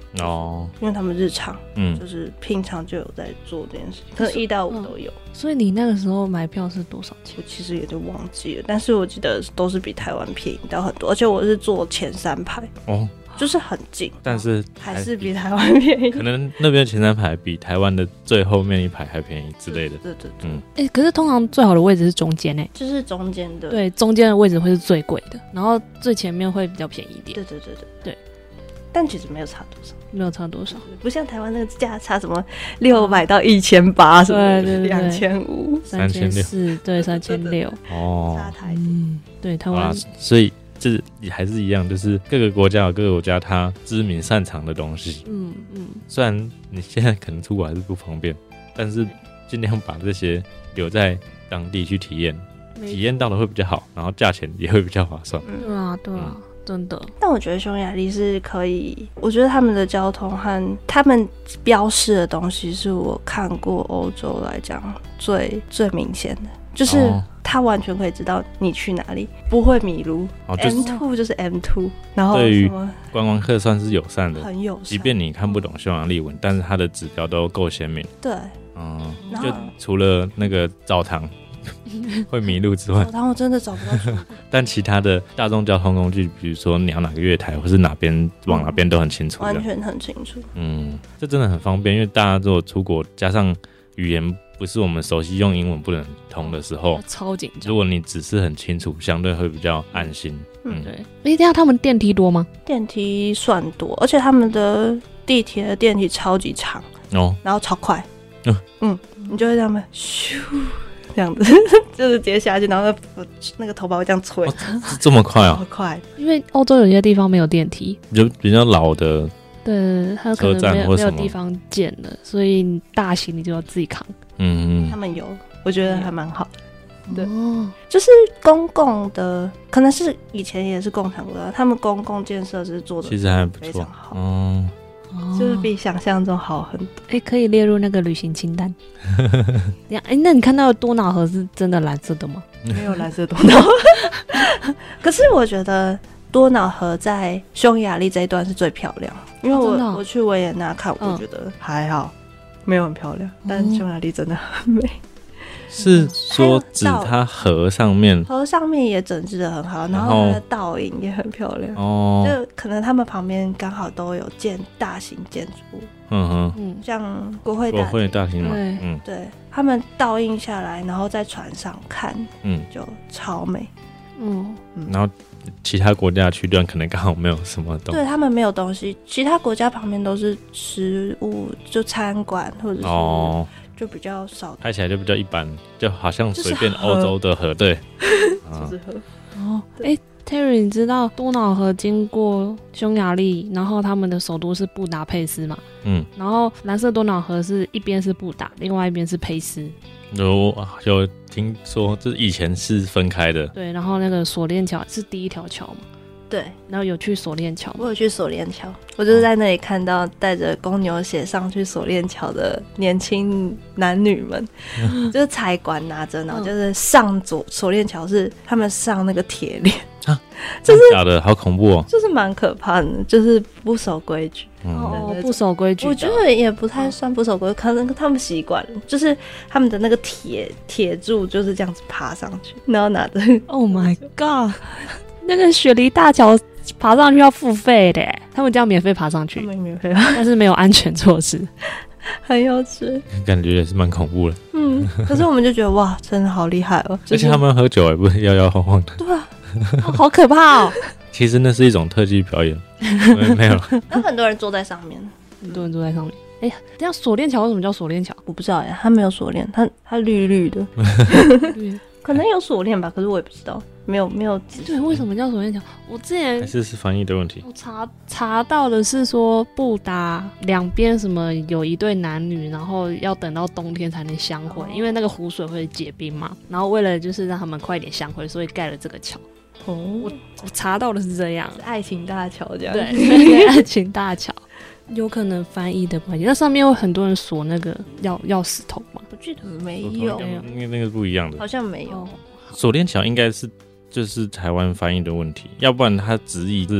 哦，因为他们日常嗯就是平常就有在做这件事，可能一到五都有、嗯。 所以你那个时候买票是多少钱？ 我其实有点忘记了，但是我记得都是比台湾便宜到很多，而且我是坐前三排哦。就是很近， 但是还是比台湾便宜。 可能那边前三排比台湾的最后面一排还便宜之类的。 对对对，嗯， 哎、欸，可是通常最好的位置是中间诶、欸， 就是中间的。 对，中间的位置会是最贵的，然后最前面会比较便宜一点。 对对对对对， 但其实没有差多少， 没有差多少， 不像台湾那个价差什么六百到一千八什么的，对对对，两千五、 三千四，对，三千六， 哦， 差太多。嗯， 对，台湾， 所以。这也还是一样，就是各个国家有各个国家它知名擅长的东西。嗯嗯，虽然你现在可能出国还是不方便，但是尽量把这些留在当地去体验，体验到的会比较好，然后价钱也会比较划算。 嗯、对啊，对啊，嗯、真的。 但我觉得匈牙利是可以，我觉得他们的交通和他们标示的东西是我看过欧洲来讲最最明显的，就是。哦，他完全可以知道你去哪里，不会迷路。哦就是、M 二 就是 M 二， 然后对于观光客算是友善的， 很友善。 即便你看不懂匈牙利文，但是它的指标都够鲜明。 对， 嗯，就除了那个澡堂会迷路之外， 澡堂我真的找不到出口。 但其他的大众交通工具，比如说你要哪个月台，或是哪边往哪边都很清楚、嗯， 完全很清楚。 嗯，这真的很方便，因为大家如果出国，加上语言不是我们熟悉，用英文不能通的时候， 超紧张。 如果你只是很清楚，相对会比较安心。 嗯，对。哎，这样他们电梯多吗？ 电梯算多，而且他们的地铁的电梯超级长哦，然后超快。嗯嗯，你就会这样子咻这样子，就是直接下去，然后那那个头发会这样吹。 哦、这么快啊！ 好快， 因为欧洲有些地方没有电梯， 就比较老的。 对，它可能没有没有地方建了，所以你大行李就要自己扛。 嗯，他们有，我觉得还蛮好的。对，哦、就是公共的，可能是以前也是共产国家，他们公共建设是做的其实还不错， 非常好。嗯，就是比想象中好很多。 哎、欸，可以列入那个旅行清单。哎、欸，那你看到的多瑙河是真的蓝色的吗？ 没有蓝色多瑙河。可是我觉得多瑙河在匈牙利这一段是最漂亮，因为我、哦、我去维也纳看，我觉得还好，没有很漂亮，嗯、但是匈牙利真的很美。 是说指它河上面， 河上面也整治得很好，然后它的倒影也很漂亮哦。就可能他们旁边刚好都有建大型建筑物，嗯哼，嗯，像国会大国会大厅嘛， 对，嗯，对，他们倒映下来，然后在船上看，嗯，就超美， 嗯，然后其他国家的区段可能刚好没有什么东西， 对他们没有东西，其他国家旁边都是食物，就餐馆或者是哦。就比较少， 拍起来就比较一般，就好像随便欧洲的河，对， 就是河。 哦，哎 ，Terry， 你知道多瑙河经过匈牙利，然后他们的首都是布达佩斯嘛？嗯，然后蓝色多瑙河是一边是布达，另外一边是佩斯。 有有听说，这以前是分开的。 对，然后那个锁链桥是第一条桥嘛？ 对， 然后有去锁链桥， 我有去锁链桥，我就是在那里看到带着公牛鞋上去锁链桥的年轻男女们，嗯、就是财管拿着，然后就是上左锁链桥是他们上那个铁链啊， 就是假的，好恐怖哦， 就是蛮可怕的，就是不守规矩。 哦，不守规矩， 我觉得也不太算不守规矩，可能他们习惯了，就是他们的那个铁铁柱就是这样子爬上去，然后拿着。 Oh my god！那个雪梨大桥爬上去要付费的，他们这样免费爬上去， 免费， 但是没有安全措施， 很有趣， 感觉也是蛮恐怖的。 嗯，可是我们就觉得哇，真的好厉害哦！ 而且他们喝酒也不是摇摇晃晃的， 对啊， 哦、好可怕哦！ 其实那是一种特技表演，没有。 那很多人坐在上面， 很多人坐在上面。哎呀，这样锁链桥为什么叫锁链桥？ 我不知道呀，它没有锁链，它它绿绿的。可能有锁链吧，可是我也不知道，没有没有。 对，为什么叫锁链桥？我之前还是是翻译的问题。 我查查到的是说，布达两边什么有一对男女，然后要等到冬天才能相会，哦、因为那个湖水会结冰嘛。然后为了就是让他们快点相会，所以盖了这个桥。哦，我我查到的是这样， 是爱情大桥这样。 对，爱情大桥。有可能翻译的关系，那上面有很多人锁那个钥钥匙头吗？ 我记得没有， 因为那个不一样的， 好像没有。 锁链桥应该是就是台湾翻译的问题，要不然它直译是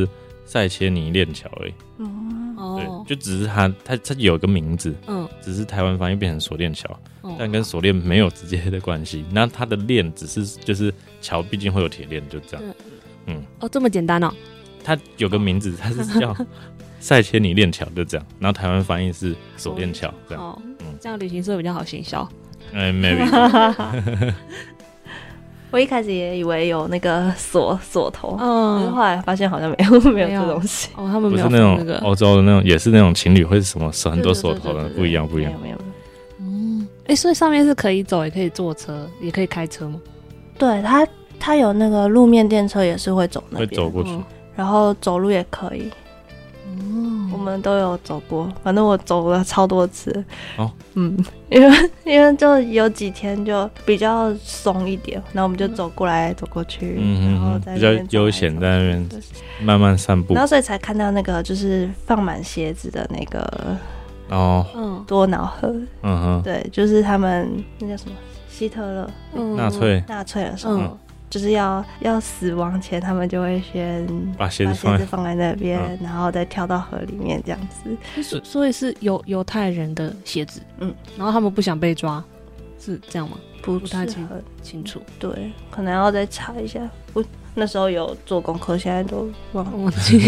塞切尼链桥而已。 嗯， 对， 哦， 就只是它它它有个名字， 嗯， 只是台湾翻译变成锁链桥， 哦但跟锁链没有直接的关系。那它的链只是就是桥，毕竟会有铁链，就这样。嗯， 哦，这么简单哦。 它有个名字，它是叫塞切尼链桥，就这样。然后台湾翻译是锁链桥，这样。 哦， 嗯， 这样旅行社比较好行销。 哎、m a y b e 我一开始也以为有那个锁锁头，可是嗯， 后来发现好像没有没有没有这东西。 哦，他们没有不是那种放那个。 欧洲的那种，也是那种情侣会是什么很多对对锁头的， 对对对不一样，不一样。 没有没有。 嗯，哎，所以上面是可以走，也可以坐车，也可以开车吗？ 对它它有那个路面电车也是会走那会边， 走过去。 嗯然后走路也可以。 嗯我们都有走过，反正我走了超多次。 哦， 嗯，因为因为就有几天就比较松一点，然后我们就走过来走过去， 嗯然后嗯嗯，比较在那边悠闲， 走来走在那边对慢慢散步然。后所以才看到那个就是放满鞋子的那个哦， 嗯多瑙河， 嗯哼， 对，就是他们那叫什么希特勒嗯， 纳粹纳粹的时候。 嗯就是要要死亡前，他们就会先把鞋子把放在鞋子放在那边， 嗯然后再跳到河里面这样子。 所所以是犹犹太人的鞋子， 嗯， 然后他们不想被抓，是这样吗？ 不不太清是很清楚， 对，可能要再查一下。我那时候有做功课，现在都忘了。 忘记。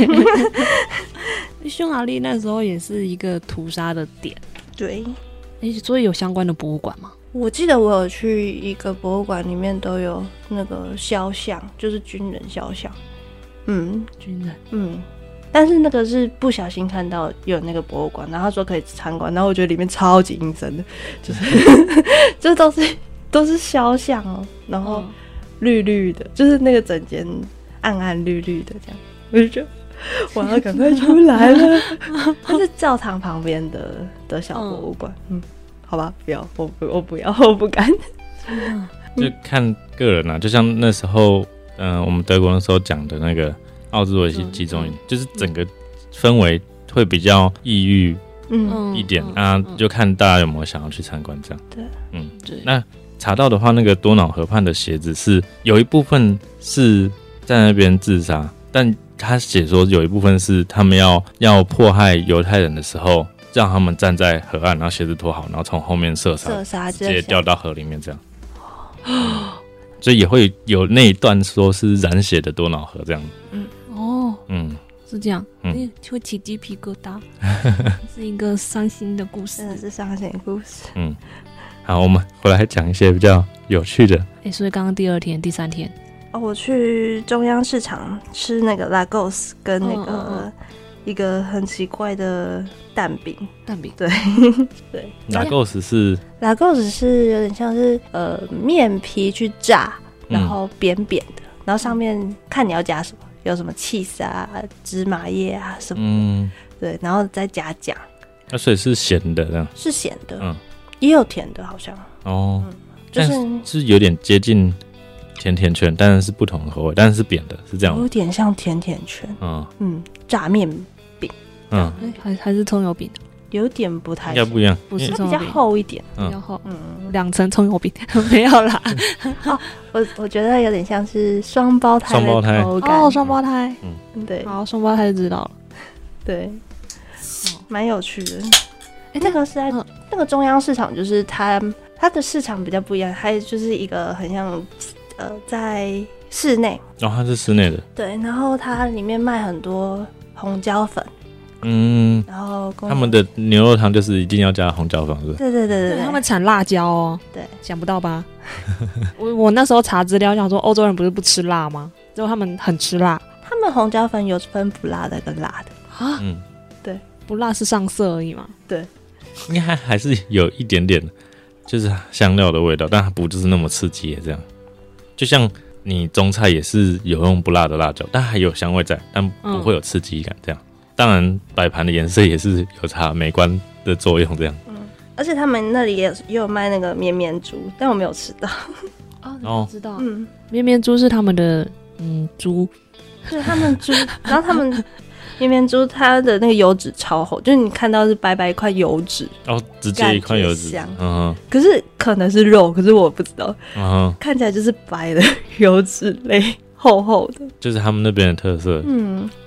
匈牙利那时候也是一个屠杀的点， 对， 哎，所以有相关的博物馆吗？ 我记得我有去一个博物馆，里面都有那个肖像，就是军人肖像。嗯军人， 嗯，但是那个是不小心看到有那个博物馆，然后他说可以参观，然后我觉得里面超级阴森的，就是这都是都是肖像哦，然后嗯绿绿的，就是那个整间暗暗绿绿的这样，我就觉得我要赶快出来了。它是教堂旁边的的小博物馆，嗯，好吧，不要，我不，我不要，我不敢。 就看个人啊，就像那时候，嗯、呃，我们德国那时候讲的那个奥兹维希集中营， 嗯就是整个氛围会比较抑郁嗯， 一点、 嗯啊， 嗯就看大家有没有想要去参观这样。 对， 嗯， 对， 那查到的话，那个多瑙河畔的鞋子是有一部分是在那边自杀，但他写说有一部分是他们要要迫害犹太人的时候，让他们站在河岸，然后鞋子脱好，然后从后面射杀， 射杀直接掉到河里面这样。所以也会有那一段说是染血的多瑙河这样。 哦， 嗯， 是这样， 嗯嗯，会起鸡皮疙瘩，是一个伤心的故真的事。 是伤心的故事。 嗯，好，我们回来讲一些比较有趣的。 哎，所以刚刚第二天、第三天， 哦，我去中央市场吃那个 Lagos 跟那个、 嗯嗯嗯一个很奇怪的蛋饼。 蛋饼， 对对拉构斯是 ，Lagos 是有点像是呃面皮去炸， 嗯然后扁扁的，然后上面看你要加什么，有什么 cheese 啊、芝麻叶啊什么， 嗯， 对，然后再加酱， 那、所以是咸的这样。 是咸的， 嗯， 也有甜的，好像哦， 就是但是有点接近甜甜圈，但是是不同的口味，但是是扁的，是这样吗有？点像甜甜圈， 嗯嗯，炸面嗯， 哎，还还是葱油饼， 有点不太应该不一样， 不是它比较葱油饼， 厚一点， 比较厚， 嗯， 两层葱油饼，没有啦。 我我觉得有点像是双胞胎双胞胎的口感， 哦，双胞胎， 对好，双胞胎就知道了。 对，蛮有趣的。 哎， 那个是在、 嗯那个中央市场，就是它它的市场比较不一样，它就是一个很像呃在室内， 然后它是室内的， 对，然后它里面卖很多红椒粉， 嗯， 然后公他们的牛肉汤就是一定要加红椒粉，是不是？ 对对对对对， 对， 他们产辣椒哦， 对， 想不到吧？我我那时候查资料，想说欧洲人不是不吃辣吗？结果他们很吃辣他们红椒粉有分不辣的跟辣的， 啊， 嗯， 不辣是上色而已嘛。 应该还还是有一点点，就是香料的味道，但它不就是那么刺激耶这样。就像你中菜也是有用不辣的辣椒，但还有香味在，但不会有刺激感这样。当然摆盘的颜色也是有差美观的作用这样。 而且他们那里也也有卖那个绵绵猪，但我没有吃到。 哦， 哦你知道， 嗯， 绵绵猪是他们的嗯猪， 对，他们猪，然后他们绵绵猪它的那个油脂超厚，就是你看到是白白一块油脂， 然后直接一块油脂， 感觉香嗯可是可能是肉，可是我不知道， 哼嗯哼， 看起来就是白的油脂类，厚厚的。 就是他们那边的特色。 嗯，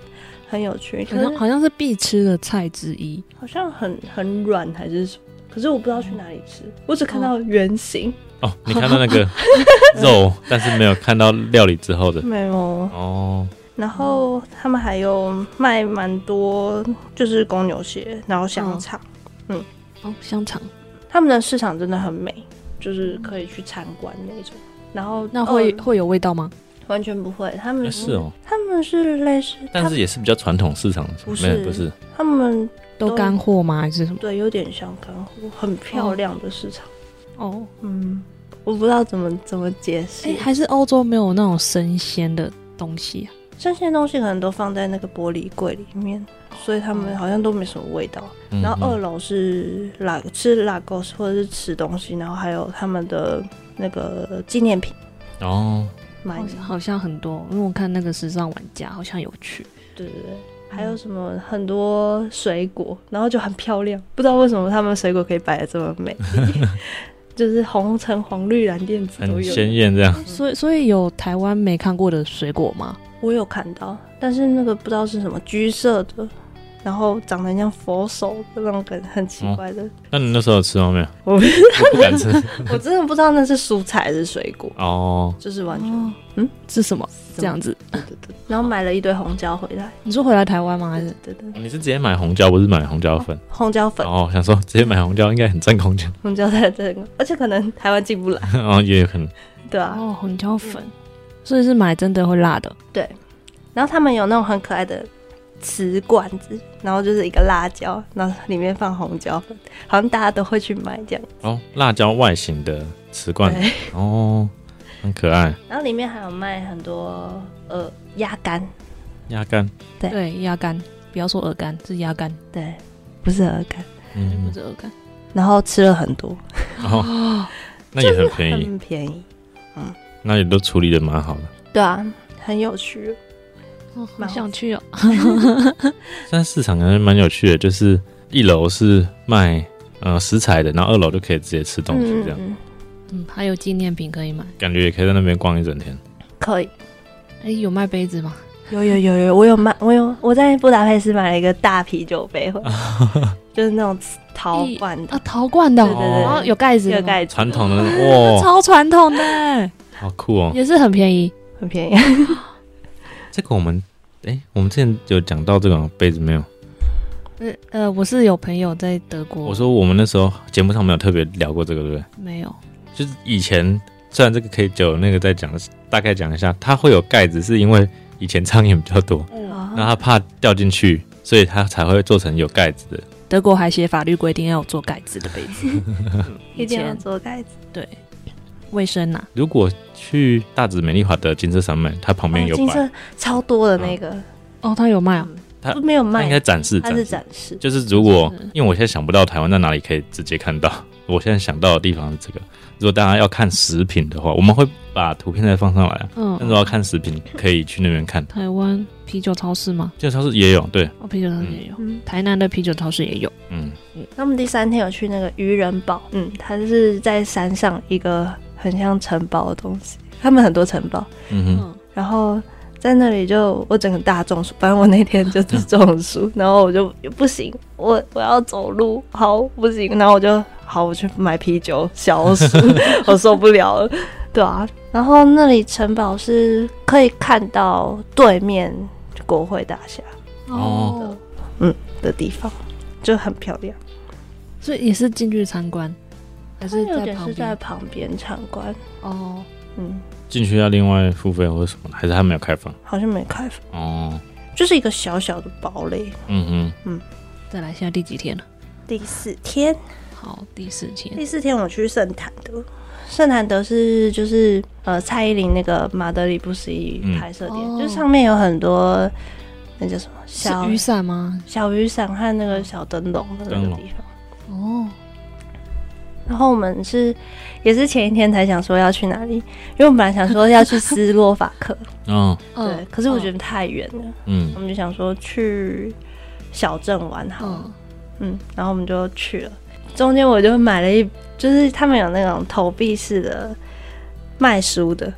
很有趣， 好像好像是必吃的菜之一， 好像很很软还是什么，可是我不知道去哪里吃，我只看到圆形。 哦，你看到那个肉，但是没有看到料理之后的。 没有哦。 然后他们还有卖蛮多，就是公牛血，然后香肠，嗯， 嗯哦，香肠， 他们的市场真的很美，就是可以去参观那种。然后那会、 哦、 会有味道吗？ 完全不会，他们是哦， 他们是类似， 但是也是比较传统市场的， 不是不是， 他们都干货吗？还是什么？ 对，有点像干货，很漂亮的市场。 哦， 嗯，我不知道怎么怎么解释。 哎、欸，还是欧洲没有那种生鲜的东西啊？ 生鲜的东西可能都放在那个玻璃柜里面，所以他们好像都没什么味道。嗯、然后二楼是拉吃拉狗或者是吃东西，然后还有他们的那个纪念品哦， 买好像很多，因为我看那个时尚玩家好像有去。 对对对，还有什么很多水果，然后就很漂亮，不知道为什么他们水果可以摆得这么美。就是红橙黄绿蓝靛紫都有， 很鲜艳这样。 所以所以有台湾没看过的水果吗？ 我有看到，但是那个不知道是什么橘色的，然后长得像佛手的那种感，很奇怪的。哦、 那你那时候有吃吗？没有， 我不, 我不敢吃。 我真的不知道那是蔬菜还是水果哦， 就是完全、 哦、 嗯是什么这样子。 对对对，然后买了一堆红椒回来。 你说回来台湾吗？还是对 对, 对， 你是直接买红椒，不是买红椒粉？ 哦、红椒粉哦，想说直接买红椒应该很占空间。 红椒在这个，而且可能台湾进不来。 哦，也有可能。 对啊， 哦，红椒粉，所以是买真的会辣的。 对。然后他们有那种很可爱的瓷罐子，然后就是一个辣椒，然后里面放红椒粉，好像大家都会去买这样。 哦，辣椒外形的瓷罐，哦，很可爱。 然后里面还有卖很多呃鸭肝， 鸭肝， 对对，鸭肝，不要说鹅肝，是鸭肝， 对，不是鹅肝， 嗯，不是鹅肝。 然后吃了很多， 哦，那也很便宜， 很便宜，嗯， 那也都处理的蛮好的。 对啊，很有趣。 哦，好想去哦！ 但市场感觉蛮有趣的，就是一楼是卖呃食材的，然后二楼就可以直接吃东西这样。 嗯, 嗯，还有纪念品可以买， 感觉也可以在那边逛一整天。 可以。 哎、欸，有卖杯子吗？ 有有有有，我有买，我有我在布达佩斯买了一个大啤酒杯回来，就是那种陶罐的、 欸、啊，陶罐的， 对对对， 哦、有盖子， 有盖子， 传统的哇， 超传统的， 好酷哦， 也是很便宜， 很便宜。 这个我们哎、欸，我们之前有讲到这种杯子没有？ 呃呃，我是有朋友在德国。 我说我们那时候节目上没有特别聊过这个，对不对？ 没有， 就是以前虽然这个可以就那个再讲，大概讲一下，它会有盖子，是因为以前苍蝇比较多，嗯，然后它怕掉进去，所以它才会做成有盖子的。 德国还写法律规定要有做盖子的杯子， 一定要做盖子， 对。卫生啊！ 如果去大直美丽华的金色山脉，它旁边有摆、 哦、金色超多的那个、 嗯、哦，它有卖啊？ 它没有卖， 它应该展示， 它是展示。 就是如果因为我现在想不到台湾在哪里可以直接看到，我现在想到的地方是这个。如果大家要看食品的话，我们会把图片再放上来啊。嗯，但如果要看食品，可以去那边看。 台湾啤酒超市吗？ 啤酒超市也有，对。 哦，啤酒超市也有。嗯，台南的啤酒超市也有。 嗯嗯。那我们第三天有去那个渔人堡，嗯，它是在山上一个很像城堡的东西，他们很多城堡。 嗯哼。 然后在那里就我整个大中暑，反正我那天就是中暑，然后我就不行，我我要走路，好不行，然后我就好我去买啤酒消暑，我受不了了，对啊。然后那里城堡是可以看到对面国会大厦哦， 嗯的地方，就很漂亮。 所以也是进去参观，还是在旁边？ 是在旁边参观哦， 嗯。 进去要另外付费或者什么的，还是他没有开放？ 好像没开放哦， 就是一个小小的堡垒。 嗯嗯嗯， 再来，现在第几天了？ 第四天。 好，第四天。 第四天我去圣坦德，圣坦德是就是呃蔡依林那个马德里不思议拍摄点，嗯、就上面有很多那叫什么小雨伞吗？ 小雨伞和那个小灯笼的那个地方。哦。然后我们是也是前一天才想说要去哪里，因为我们本来想说要去斯洛伐克， 哦， 对，可是我觉得太远了，嗯，我们就想说去小镇玩好了，嗯, 嗯，然后我们就去了。中间我就买了一，就是他们有那种投币式的卖书的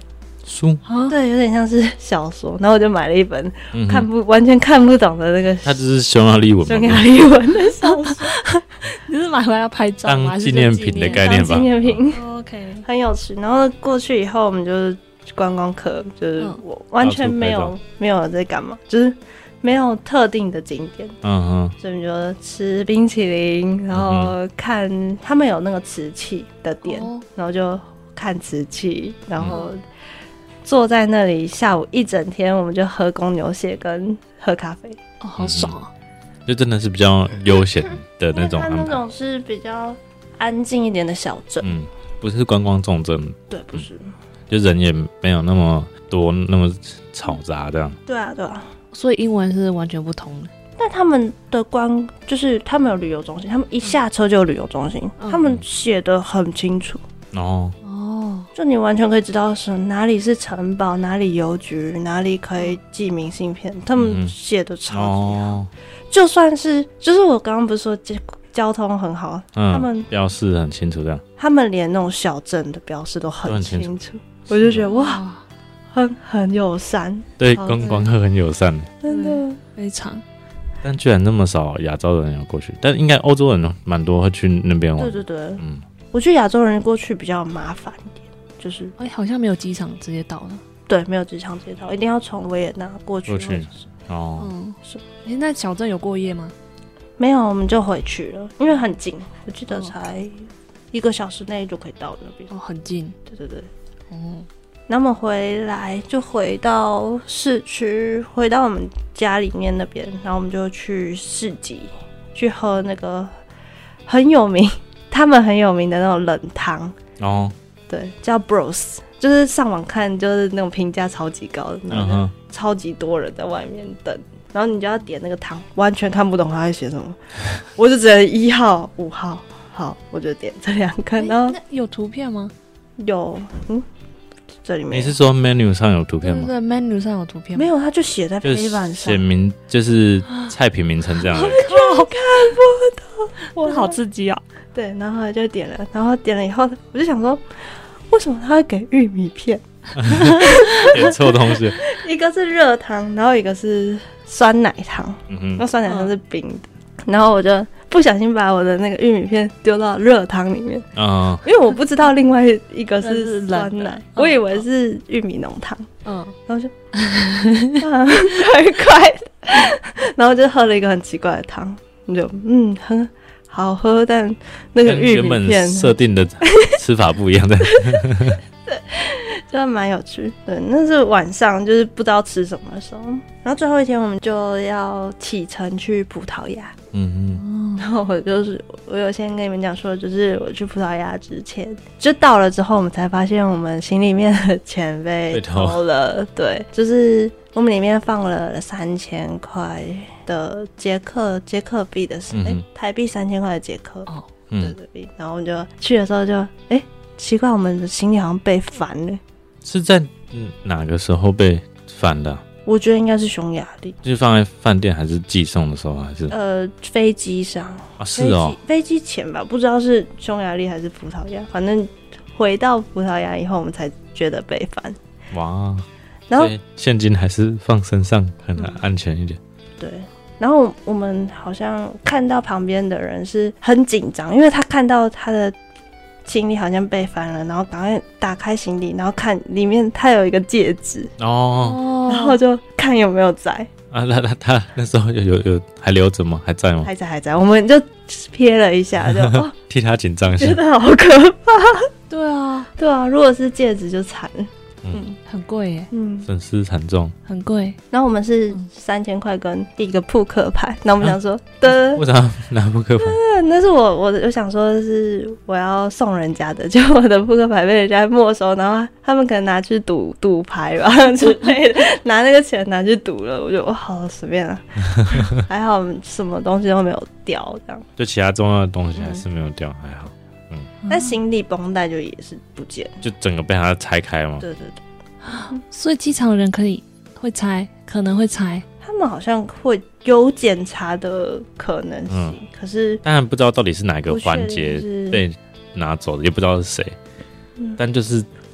书， 对，有点像是小说。然后我就买了一本、嗯、看不完全看不懂的那个， 它就是匈牙利文， 匈牙利文的小说。 你是买回来要拍照吗？ 当纪念品的概念吧。 纪念品、 哦、，OK， 很有趣。然后过去以后，我们就是观光客，就是我完全没有、嗯、没有在干嘛，就是没有特定的景点。 嗯哼， 所以我们就吃冰淇淋，然后看、嗯、他们有那个瓷器的店，哦、然后就看瓷器，然后坐在那里下午一整天，我们就喝公牛血跟喝咖啡。 哦，好爽啊！ 就真的是比较悠闲的那种安排。 它那种是比较安静一点的小镇， 嗯，不是观光重镇。 对，不是、嗯， 就人也没有那么多，那么嘈杂这样。 对啊，对啊。 所以英文是完全不同的。 但他们的观就是他们有旅游中心，他们一下车就有旅游中心，嗯、他们写得很清楚。 哦哦，就你完全可以知道是哪里是城堡，哪里邮局，哪里可以寄明信片，他们写的超级好。哦、就算是就是我刚刚不是说交通很好，嗯、他们标示很清楚这样， 他们连那种小镇的标示都很清楚，清楚我就觉得哇，很很友善， 对观光客很友善， 真的非常。 但居然那么少亚洲人要过去，但应该欧洲人蛮多会去那边玩。 对对对，嗯。我觉得亚洲人过去比较麻烦一点，就是哎、欸，好像没有机场直接到了。 对，没有机场直接到，一定要从维也纳过去。 过去哦， 嗯，是。哎、欸，那小镇有过夜吗？ 没有，我们就回去了，因为很近，我记得才一个小时内就可以到那边。 哦，很近。 对对对。哦、嗯。那么回来就回到市区，回到我们家里面那边，然后我们就去市集，去喝那个很有名。他们很有名的那种冷汤哦， 对，叫 Bros， 就是上网看就是那种评价超级高的那种，嗯、超级多人在外面等，然后你就要点那个汤，完全看不懂他在写什么，我就只能一号、五号，好，我就点这两个。然后有图片吗？ 有，嗯，这里面你是说 menu 上有图片吗？ 对对 ，menu 上有图片吗？ 没有，他就写在黑板上， 写明就是菜品名称这样的， 完全看不懂， 我好刺激啊！ 对，然后后来就点了，然后点了以后，我就想说，为什么他会给玉米片？ 点错东西。 一个是热汤，然后一个是酸奶汤，嗯哼，那酸奶汤是冰的，嗯、然后我就不小心把我的那个玉米片丢到热汤里面，嗯，因为我不知道另外一个是酸奶，嗯、我以为是玉米浓汤，嗯，然后就啊怪怪的，然后就喝了一个很奇怪的汤，你就嗯很。好喝，但那个玉米片原本设定的吃法不一样的， 对，就蛮有趣。对，那是晚上，就是不知道吃什么的时候。然后最后一天，我们就要启程去葡萄牙。嗯嗯。然后我就是我有先跟你们讲说，就是我去葡萄牙之前，就到了之后，我们才发现我们行李里面的钱被偷了。对，就是我们里面放了三千块。的捷克捷克币的是，哎、嗯欸，台币三千块的捷克哦，对对对，然后我们就去的时候就，哎、欸，奇怪，我们的行李好像被翻了。 是在哪个时候被翻的、啊？ 我觉得应该是匈牙利， 就是放在饭店还是寄送的时候，还是呃飞机上啊？是哦， 飞机前吧，不知道是匈牙利还是葡萄牙，反正回到葡萄牙以后，我们才觉得被翻。 哇，然后现金还是放身上可能安全一点。 嗯、对。然后我们好像看到旁边的人是很紧张，因为他看到他的行李好像被翻了，然后赶快打开行李，然后看里面他有一个戒指哦，然后就看有没有在啊。他他他那时候有有有还留着吗？还在吗？ 还在还在，我们就瞥了一下，就、哦、 替他紧张一下， 觉得好可怕。 对啊， 对啊，如果是戒指就惨了。 嗯，很贵耶， 嗯，损失惨重， 很贵。 然后我们是三千块跟一个扑克牌，那、嗯、我们想说，的、 啊、为啥拿扑克牌？ 那是我我我想说是我要送人家的，就我的扑克牌被人家没收，然后他们可能拿去赌赌牌吧之类的，拿那个钱拿去赌了，我就哇好随便啊，还好什么东西都没有掉，这样。 就其他重要的东西还是没有掉，嗯、还好。 嗯，但行李绷带就也是不见了， 就整个被他拆开嘛。 对对对， 所以机场的人可以会拆，可能会拆， 他们好像会有检查的可能性，嗯、可是当然不知道到底是哪个环节被拿走的，也不知道是谁，嗯、但就是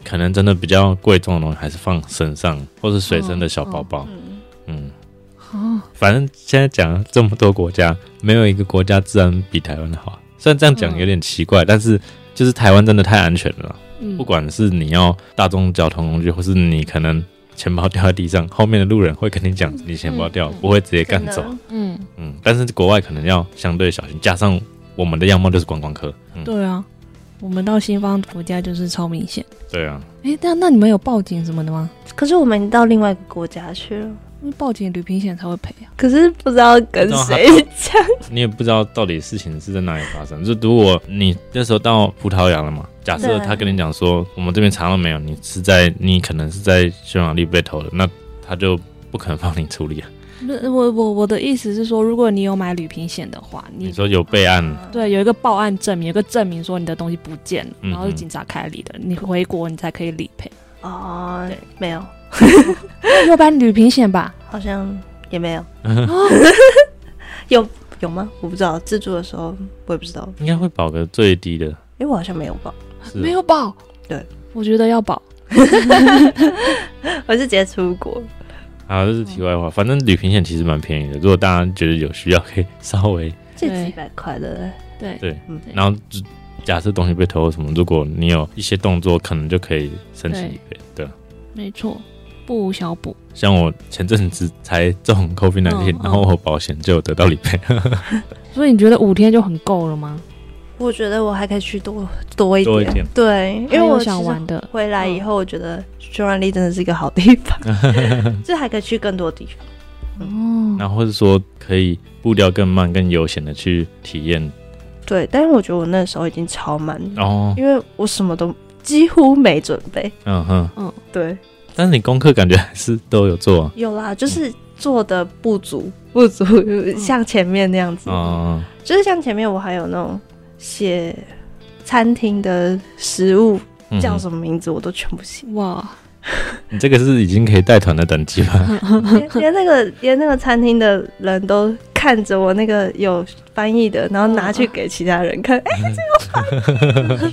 可能真的比较贵重的东西还是放身上，或是随身的小包包。嗯，嗯反正现在讲这么多国家，没有一个国家治安比台湾好。虽然这样讲有点奇怪，但是就是台湾真的太安全了。不管是你要大众交通工具，或是你可能钱包掉在地上，后面的路人会跟你讲你钱包掉，不会直接赶走。嗯嗯，但是国外可能要相对小心，加上我们的样貌就是观光客。嗯、 对啊，我们到西方国家就是超明显。 对啊。 哎，那那你们有报警什么的吗？ 可是我们到另外一个国家去了。 报警旅平险才会赔啊， 可是不知道跟谁讲， 你也不知道到底事情是在哪里发生。就如果你那时候到葡萄牙了嘛，假设他跟你讲说我们这边查到没有，你是在你可能是在匈牙利被偷的，那他就不可能帮你处理啊。 我我我的意思是说，如果你有买旅平险的话，你, 你说有备案， 对，有一个报案证明，有一个证明说你的东西不见了，嗯、然后是警察开理的，你回国你才可以理赔。 哦，对，没有。 有买旅平险吧？ 好像也没有。有有吗？我不知道。自助的时候我也不知道。 应该会保个最低的。 哎、欸，我好像没有保。 没有保？ 对， 我觉得要保。 我是直接出国。 好，这是题外话。反正旅平险其实蛮便宜的，如果大家觉得有需要，可以稍微这几百块的。 对对，嗯，然后假设东西被偷什么，如果你有一些动作，可能就可以申请理赔。对， 没错。不无小补， 像我前阵子才中 COVID 十九、嗯、然后我保险就有得到理赔。 所以你觉得五天就很够了吗？ 我觉得我还可以去多多一点， 多一点对，因为我想玩的。 回来以后，我觉得匈牙利真的是一个好地方，就还可以去更多地方。 嗯， 然后或者说可以步调更慢、更悠闲的去体验。 对，但是我觉得我那时候已经超慢了哦， 因为我什么都几乎没准备。 嗯哼， 嗯，对。 但是你功课感觉还是都有做啊？ 有啦，就是做的不足，不足像前面那样子。 嗯， 就是像前面我还有那种写餐厅的食物叫什么名字我都全部写。 哇， 你这个是已经可以带团的等级吧？ 连, 连那个连那个餐厅的人都看着我那个有翻译的，然后拿去给其他人看。哎、欸，这有翻译。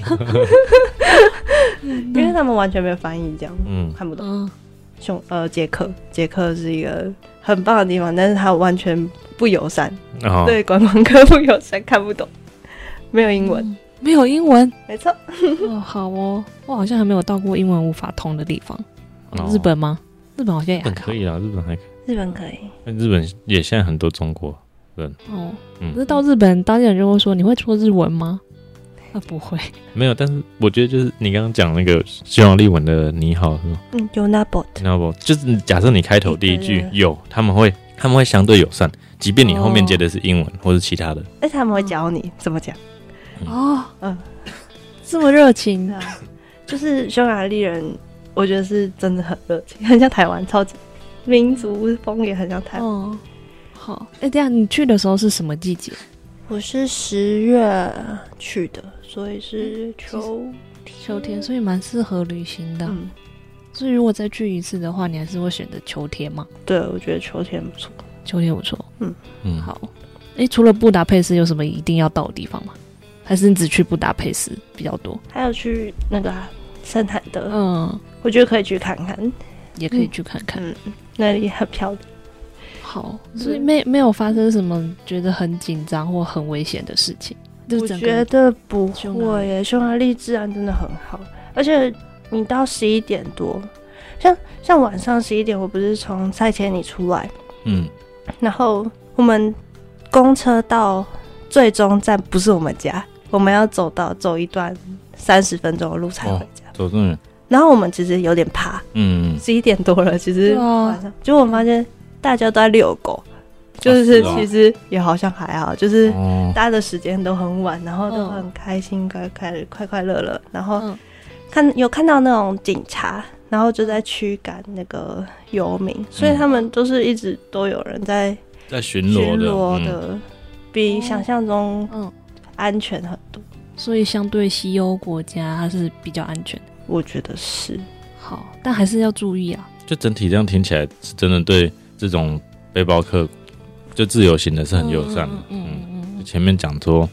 因为他们完全没有翻译，这样，嗯，看不懂。匈呃，捷克，捷克是一个很棒的地方，但是它完全不友善，哦、对观光客不友善，看不懂，没有英文，嗯、 没有英文， 没错。 哦，好哦，我好像还没有到过英文无法通的地方。哦、日本吗？日本好像也还日本可以啊，日本还可以， 日本可以。 日本也现在很多中国人哦，嗯，可是到日本当地人就会说：“你会说日文吗？”啊，不会， 没有，但是我觉得就是你刚刚讲那个匈牙利文的你好是吗？ 嗯，有 nabot nabot 就是假设你开头第一句、欸、有，他们会他们会相对友善，即便你后面接的是英文、哦、或是其他的， 而且他们会教你怎么讲。 哦，嗯，这么热情的、 啊，就是匈牙利人，我觉得是真的很热情，很像台湾，超级民族风也很像台湾。 哦，好，哎、欸，这样你去的时候是什么季节？ 我是十月去的，所以是秋秋天，所以蛮适合旅行的。嗯，所以如果再去一次的话，你还是会选择秋天吗？ 对，我觉得秋天不错， 秋天不错。 嗯嗯，好。哎，除了布达佩斯，有什么一定要到的地方吗？还是你只去布达佩斯比较多？ 还有去那个、啊、圣坦德， 嗯， 我觉得可以去看看， 也可以去看看， 嗯，嗯那里很漂亮。 好，所以没没有发生什么觉得很紧张或很危险的事情。 我觉得不会耶，匈牙利治安真的很好，而且你到十一点多，像像晚上十一点，我不是从塞切尼出来， 嗯， 然后我们公车到最终站不是我们家，我们要走到走一段三十分钟的路才回家， 走这么远。 然后我们其实有点怕，嗯，十一点多了，其实晚上，结果我发现大家都在遛狗。就是其实也好像还好，就是大家的时间都很晚，然后都很开心，快快快快乐乐，然后看有看到那种警察，然后就在驱赶那个游民，所以他们都是一直都有人在在巡逻的， 巡逻的，比想象中安全很多。 所以相对西欧国家，它是比较安全的， 我觉得是。 好，但还是要注意啊。 就整体这样听起来，是真的对这种背包客。就自由行的是很友善的，嗯嗯嗯，前面讲说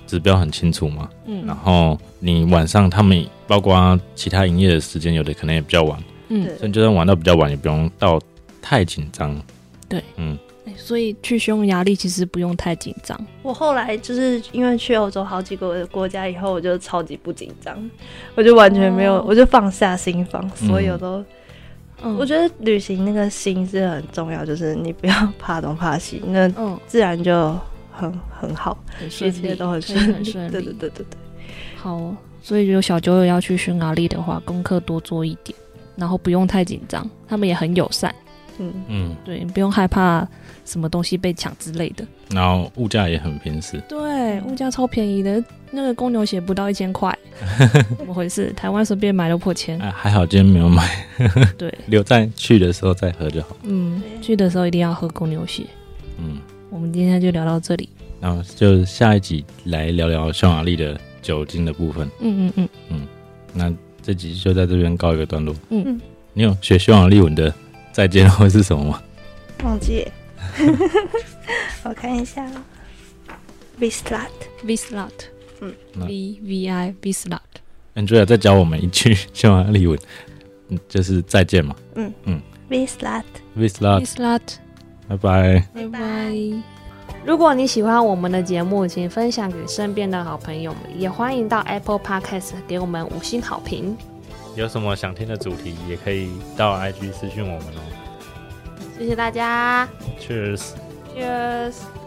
指标很清楚嘛， 嗯， 然后你晚上他们包括其他营业的时间，有的可能也比较晚， 嗯， 所以你就算玩到比较晚，也不用到太紧张。 对， 嗯， 所以去匈牙利其实不用太紧张。 我后来就是因为去欧洲好几个国家以后，我就超级不紧张，我就完全没有，哦、我就放下心防，所有都。嗯、我觉得旅行那个心是很重要，就是你不要怕东怕西，那自然就很很好， 很顺利， 一切都很顺利。对对对对对。 好，所以有小九友要去匈牙利的话，功课多做一点，然后不用太紧张，他们也很友善。嗯嗯，对，不用害怕什么东西被抢之类的。 然后物价也很平实。 对，物价超便宜的，那个公牛鞋不到一千块，怎么回事？台湾随便买都破千。 啊，还好今天没有买。 对， 留在去的时候再喝就好。 嗯，去的时候一定要喝公牛鞋。嗯，我们今天就聊到这里。 然后就下一集来聊聊匈牙利的酒精的部分。 嗯嗯嗯嗯，那这集就在这边告一个段落。 嗯嗯， 你有学匈牙利文的再见会是什么吗？ 忘记。我看一下 Vislat Vislat 嗯 V V I Vislat Andrea 再教我们一句匈牙利文，就是再见嘛。 嗯嗯 Vislat Vislat Vislat 拜拜拜拜。如果你喜欢我们的节目，请分享给身边的好朋友们，也欢迎到 Apple Podcast 给我们五星好评。 有什么想听的主题，也可以到 I G 私讯我们哦。 谢谢大家 Cheers Cheers